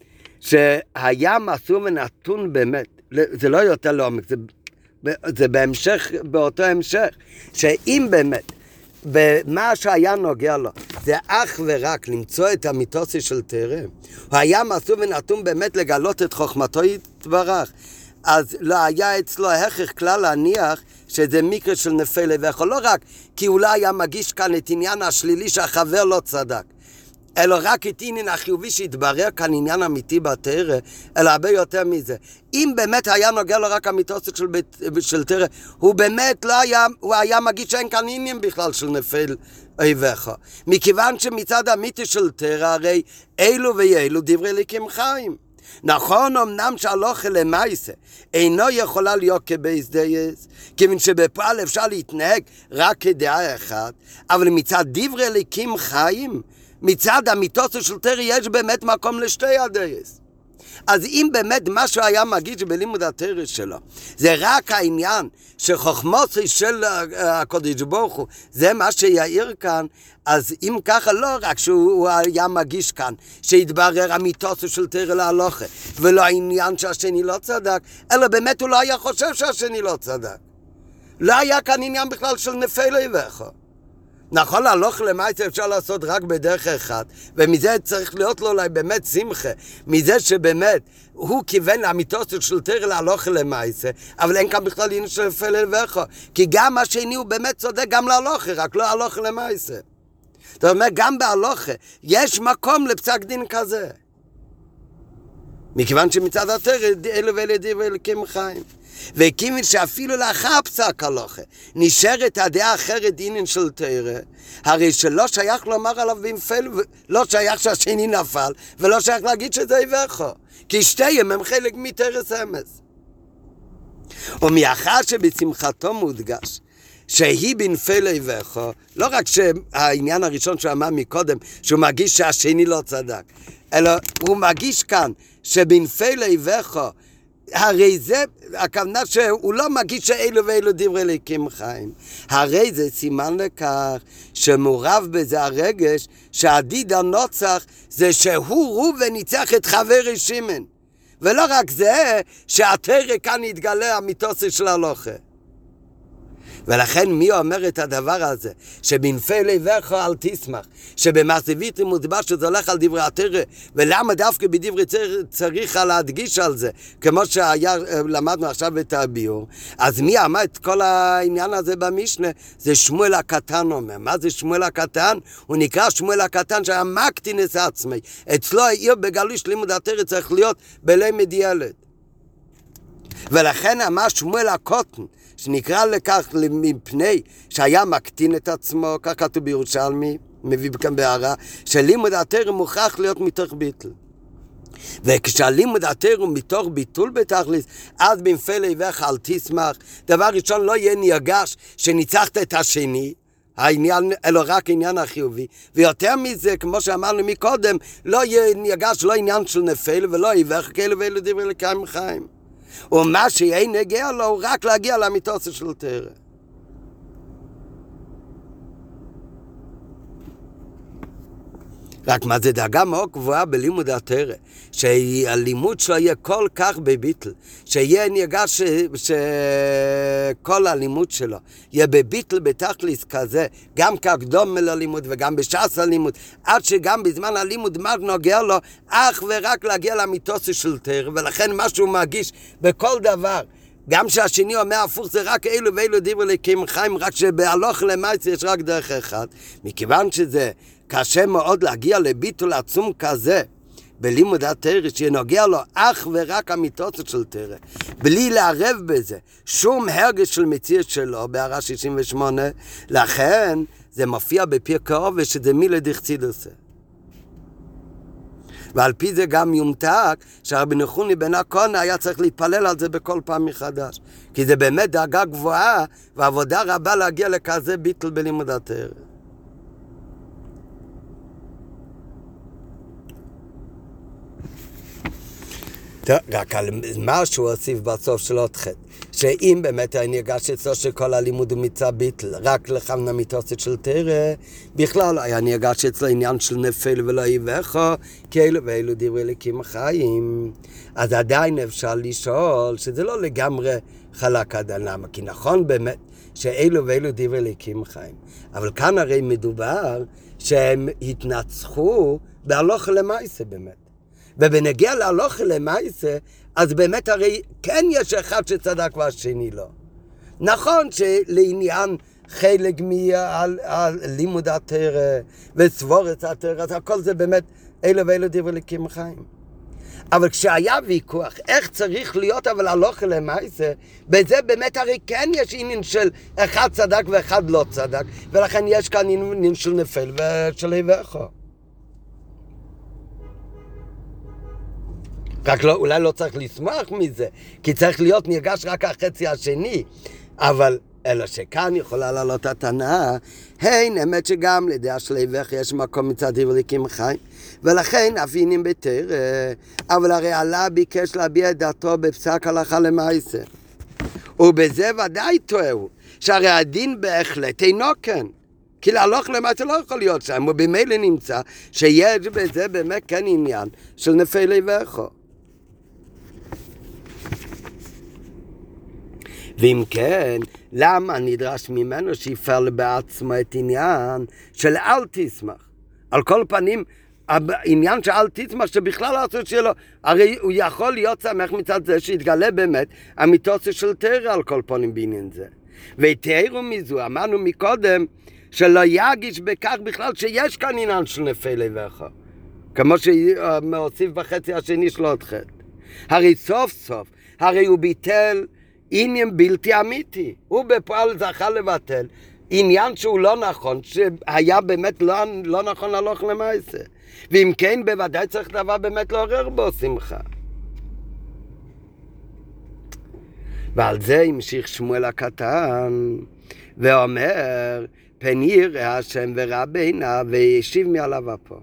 שהיה מסור ונתון באמת, זה לא יותר לעומק, זה, זה בהמשך, באותו המשך, שאם באמת, במה שהיה נוגע לו, זה אך ורק למצוא את המיתוסי של תורה, הוא היה מסור ונתון באמת לגלות את חוכמתו יתברך, אז לא היה אצלו הכרח כלל להניח שזה מקרה של נפי לבך, לא רק כי הוא לא היה מגיש כאן את עניין השלילי שהחבר לא צדק, אלא רק את עניין החיובי שהתברר כאן עניין אמיתי בתורה, אלא הרבה יותר מזה. אם באמת היה נוגע לו רק המיתוסת של, של תורה, הוא באמת לא היה, הוא היה מגיד שאין כאן עניין בכלל של נפל איבך. מכיוון שמצד האמיתי של תורה, הרי אלו ואלו דברי אלוקים חיים. נכון, אמנם שהלוכה למעשה אינו יכולה להיות כבייס דייס, כיוון שבפועל אפשר להתנהג רק כדעה אחת, אבל מצד דברי אלוקים חיים, מצד המיתוסו של תורה יש באמת מקום לשתי הדייס. אז אם באמת משהו היה מגיש בלימוד התורה שלו, זה רק העניין שחוכמוסי של הקודש ברוך הוא, זה מה שיעיר כאן, אז אם ככה לא רק שהוא היה מגיש כאן, שהתברר המיתוסו של תורה להלוכה, ולא העניין שהשני לא צדק, אלא באמת הוא לא היה חושב שהשני לא צדק. לא היה כאן עניין בכלל של נפי לבך. נכון, להלוך למעשה אפשר לעשות רק בדרך אחת, ומזה צריך להיות לו אולי באמת שמחה, מזה שבאמת הוא כיוון לאמיתוסו של תורה להלוך למעשה, אבל אין כאן בכלל עניין של נפי לבך, כי גם השני הוא באמת צודק גם להלוך, רק לא להלוך למעשה. זאת אומרת, גם בהלוך יש מקום לפסק דין כזה. מכיוון שמצד התורה אלו ואלה דברי אלוקים חיים. וכיוון שאפילו לאחר פסק הלוכה נשארת הדעה אחרת עניין של תורה, הרי שלא שייך לומר עליו בנפל, לא שייך שהשני נפל, ולא שייך להגיד שזה איבך, כי שתיהם הם חלק מתרס אמס. ומאחר שבשמחתו מודגש שהיא בנפל איבך, לא רק שהעניין הראשון שאמר מקודם שהוא מגיש שהשני לא צדק, אלא הוא מגיש כאן שבנפל איבך, הרי זה, הכוונה שהוא לא מגיש שאלו ואלו דברי אלוקים חיים. הרי זה סימן לכך שמעורב בזה הרגש שהעתיד הנוצח זה שהוא ראובן ניצח את חברי שמעון. ולא רק זה, שהתורה כאן יתגלה המיתוסי של הלוכה. ולכן מי אומר את הדבר הזה? שבנפי לבך אל תשמח, שבמעשבית מודבש שזה הולך על דברי התורה, ולמה דווקא בדברי תורה צריך להדגיש על זה, כמו שהיה, למדנו עכשיו את הביור. אז מי אמר את כל העניין הזה במשנה? זה שמואל הקטן אומר. מה זה שמואל הקטן? הוא נקרא שמואל הקטן שהיה מקטינס עצמי. אצלו העיר בגלוי של לימוד התורה צריך להיות בלימוד ילד. ולכן אמר שמואל הקטן, שנקרא לכך מפני שהיה מקטין את עצמו, כך כתוב בירושלמי, מביא כאן בהערה, שלימוד התורה מוכרח להיות מתוך ביטול. וכשהלימוד התורה הוא מתוך ביטול בתכלית, אז בנפי לבך אל תשמח. דבר ראשון, לא יהיה נרגש שניצחת את השני, העניין, אלא רק עניין החיובי. ויותר מזה, כמו שאמרנו מקודם, לא יהיה נרגש, לא עניין של נפל ולא יבך, כאלו ואלו דברי אלוקים חיים. ומה שיהיה נגיע לו הוא רק להגיע לאמיתוסו של תורה. רק מה זה דאגה מאוד גבוהה בלימוד התורה, שהלימוד שלו יהיה כל כך בביטל, שיהיה נרגש שכל הלימוד שלו יהיה בביטל בתכלס כזה, גם כקדום ללימוד וגם בש"ס הלימוד, עד שגם בזמן הלימוד מה נוגע לו, אך ורק להגיע לאמיתוסו של תורה, ולכן מה שהוא מגיש בכל דבר, גם שהשני אומר הפוך זה רק אלו ואלו דברי אלוקים חיים, רק שבהלוך למעשה יש רק דרך אחד. מכיוון שזה קשה מאוד להגיע לביטול עצום כזה בלימוד התורה, שנוגע לו אך ורק אמיתות של תורה, בלי לערב בזה שום הרגש של מציאות שלו, בהערה שישים ושמונה, לכן זה מופיע בפרקי אובש שזה מילה דחסידותא. ועל פי זה גם יומתק שהרבי נחוני בן הקונה היה צריך להתפלל על זה בכל פעם מחדש, כי זה באמת דאגה גבוהה ועבודה רבה להגיע לכזה ביטול בלימוד התורה. רק על מה שהוא הוסיף בסוף של עוד חטא, שאם באמת אני אגש אצלו שכל הלימוד הוא מצא ביטל רק לכוונה מיתוסת של תורה, בכלל אני אגש אצלו עניין של נפל ולא יבך, כי אלו ואלו דברי אלוקים חיים. אז עדיין אפשר לשאול שזה לא לגמרי חלק עד למה, כי נכון באמת שאלו ואלו דברי אלוקים חיים, אבל כאן הרי מדובר שהם התנצחו בהלוך למעשה באמת. ובנגיע להלוך למעשה, אז באמת הרי כן יש אחד שצדק והשני לא. נכון שלעניין חלק מהלימוד התורה וסבורת התורה, אז הכל זה באמת אלו ואלו דברי אלוקים חיים. אבל כשהיה ויכוח איך צריך להיות אבל הלוך למעשה, בזה באמת הרי כן יש עניין של אחד צדק ואחד לא צדק, ולכן יש כאן עניין של נפל ושל היבחו. רק לא, אולי לא צריך לשמוח מזה, כי צריך להיות נרגש רק החצי השני, אבל אלא שכאן יכולה לעלות הטענה, הן אמת שגם לדעה של היבך יש מקום מצד דברי אלוקים חיים, ולכן אף עניין בתורה, אבל הרי עלה ביקש להביע את דעתו בפסק הלכה למעשה, ובזה ודאי טועה הוא, שהרי הדין בהחלט אינו כן, כי להלוך למעשה לא יכול להיות שם, ובמילא נמצא שיש בזה באמת כן עניין של נפל היבכו. ואם כן, למה נדרש ממנו שיפעל בעצמו את עניין של אל תשמח? על כל פנים, העניין של אל תשמח שבכלל לא עשו שלו, הרי הוא יכול להיות שמח מצד זה שיתגלה באמת אמיתוסה של תורה על כל פנים בעניין זה. ותראו מזו, אמרנו מקודם, שלא יגיש בכך בכלל שיש כאן עניין של נפל היבכו, כמו שמוסיף בחצי השני של עוד חטא. הרי סוף סוף, הרי הוא ביטל עניין בלתי אמיתי, הוא בפועל זכה לבטל עניין שהוא לא נכון, שהיה באמת לא, לא נכון להלוך למעשה, ואם כן בוודאי צריך דבר באמת לעורר בו שמחה. ועל זה המשיך שמואל הקטן ואומר, פן יראה השם וראה בעיניו וישיב מעליו אפו.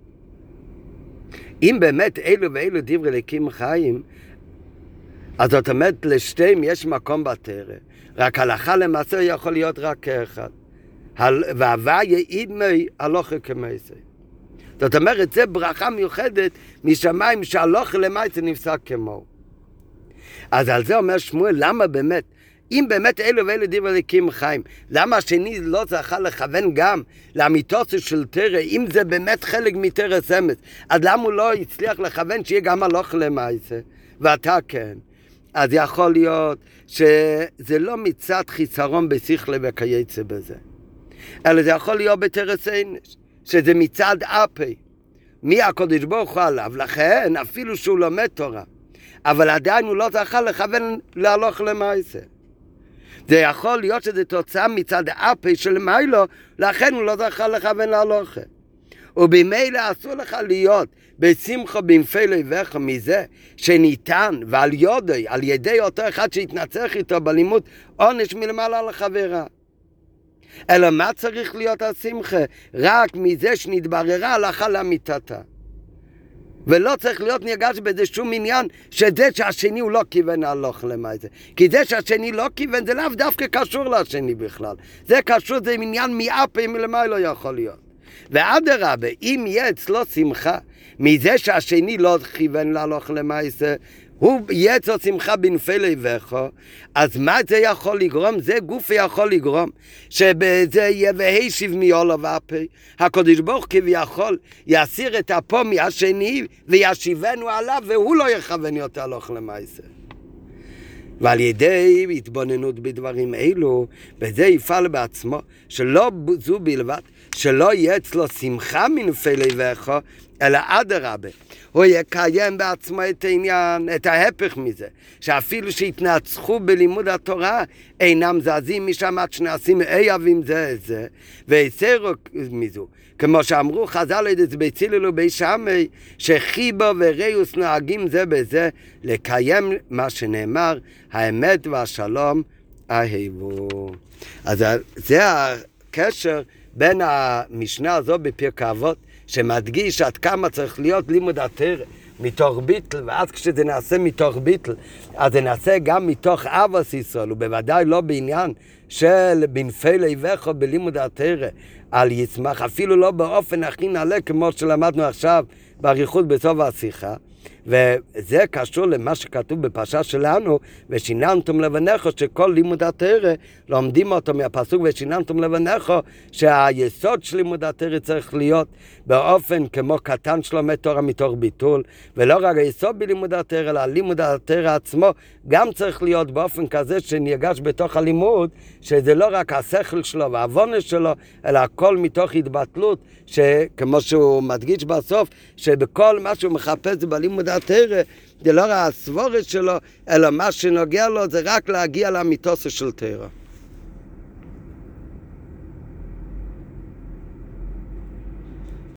אם באמת אלו ואלו דברי אלוקים חיים, אז זאת אומרת לשתיהם יש מקום בתורה, רק הלכה למעשה יכול להיות רק כאחד, והווה יעיד מי הלכה כמעשה. זאת אומרת זה ברכה מיוחדת משמיים שהלכה למעשה נפסק כמו. אז על זה אומר שמואל, למה באמת אם באמת אלו ואלו דברי אלוקים חיים, למה השני לא זכה לכוון גם לאמיתוסה של תורה, אם זה באמת חלק מתורה אמת, אז למה הוא לא הצליח לכוון שיהיה גם הלוך למעשה, ואתה כן? אז יכול להיות שזה לא מצד חיסרון בשכלה וכייצא בזה, אלא זה יכול להיות בתורה אנש, שזה מצד אפי, מי הקדוש ברוך הוא עליו, לכן אפילו שהוא לומד תורה, אבל עדיין הוא לא זכה לכוון להלוך למעשה. זה יכול להיות שזה תוצאה מצד אפי של מיילו, לכן הוא לא זכה לכוון להלוכה. ובמילא אסור לך להיות בשמחה בנפל היבך מזה שניתן ועל יודי, על ידי אותו אחד שהתנצח איתו בלימוד, עונש מלמעלה לחברה. אלא מה צריך להיות השמחה? רק מזה שנתבררה הלכה לאמיתתה. ולא צריך להיות נרגש בזה שום עניין שזה שהשני הוא לא כיוון הלוך למעשה. כי זה שהשני לא כיוון זה לאו דווקא קשור לשני בכלל. זה קשור, זה עניין מאפי מלמעלה לא יכול להיות. ואדרבה, אם יהיה אצלו שמחה מזה שהשני לא כיוון להלוך למעשה, הוא יהיה אצלו שמחה בנפל היבכו, אז מה זה יכול לגרום? זה גוף יכול לגרום שבזה יהיה והשיב מעולו ואפי, הקדוש ברוך כביכול יסיר את אפו מהשני וישיבנו עליו והוא לא יכוון יותר הלוך למעשה. ועל ידי התבוננות בדברים אלו, וזה יפעל בעצמו, שלא זו בלבד, שלא יהיה אצלו שמחה מנפי לבך, אלא אדרבה. הוא יקיים בעצמו את העניין, את ההפך מזה, שאפילו שהתנצחו בלימוד התורה, אינם זזים משם עד שנעשים אייבים זה את זה, ויסרו מזו. כמו שאמרו חז"ל את בצילול ובשמי, שחיבו וריוס נוהגים זה בזה, לקיים מה שנאמר, האמת והשלום אהבו. אז זה הקשר בין המשנה הזו בפרק אבות, שמדגיש עד כמה צריך להיות לימוד התורה מתוך ביטל, ואז כשזה נעשה מתוך ביטל, אז זה נעשה גם מתוך אהבת ישראל, ובוודאי לא בעניין של בנפי לבך בלימוד התורה על יצמח, אפילו לא באופן הכי נעלה כמו שלמדנו עכשיו באריכות בסוף השיחה. וזה קשור למה שכתוב בפרשה שלנו, ושיננתם לבניכם, שכל לימוד התורה לומדים אותו מהפסוק ושיננתם לבניכם, שהיסוד של לימוד התורה צריך להיות באופן כמו קטן שלומד תורה מתוך ביטול, ולא רק היסוד בלימוד התורה, אלא לימוד התורה עצמו גם צריך להיות באופן כזה שנרגש בתוך הלימוד, שזה לא רק השכל שלו והעוונה שלו, אלא הכל מתוך התבטלות, שכמו שהוא מדגיש בסוף, שבכל מה שהוא מחפש בלימוד התורה, זה לא רק הסבורת שלו, אלא מה שנוגע לו זה רק להגיע לאמיתוסו של תורה.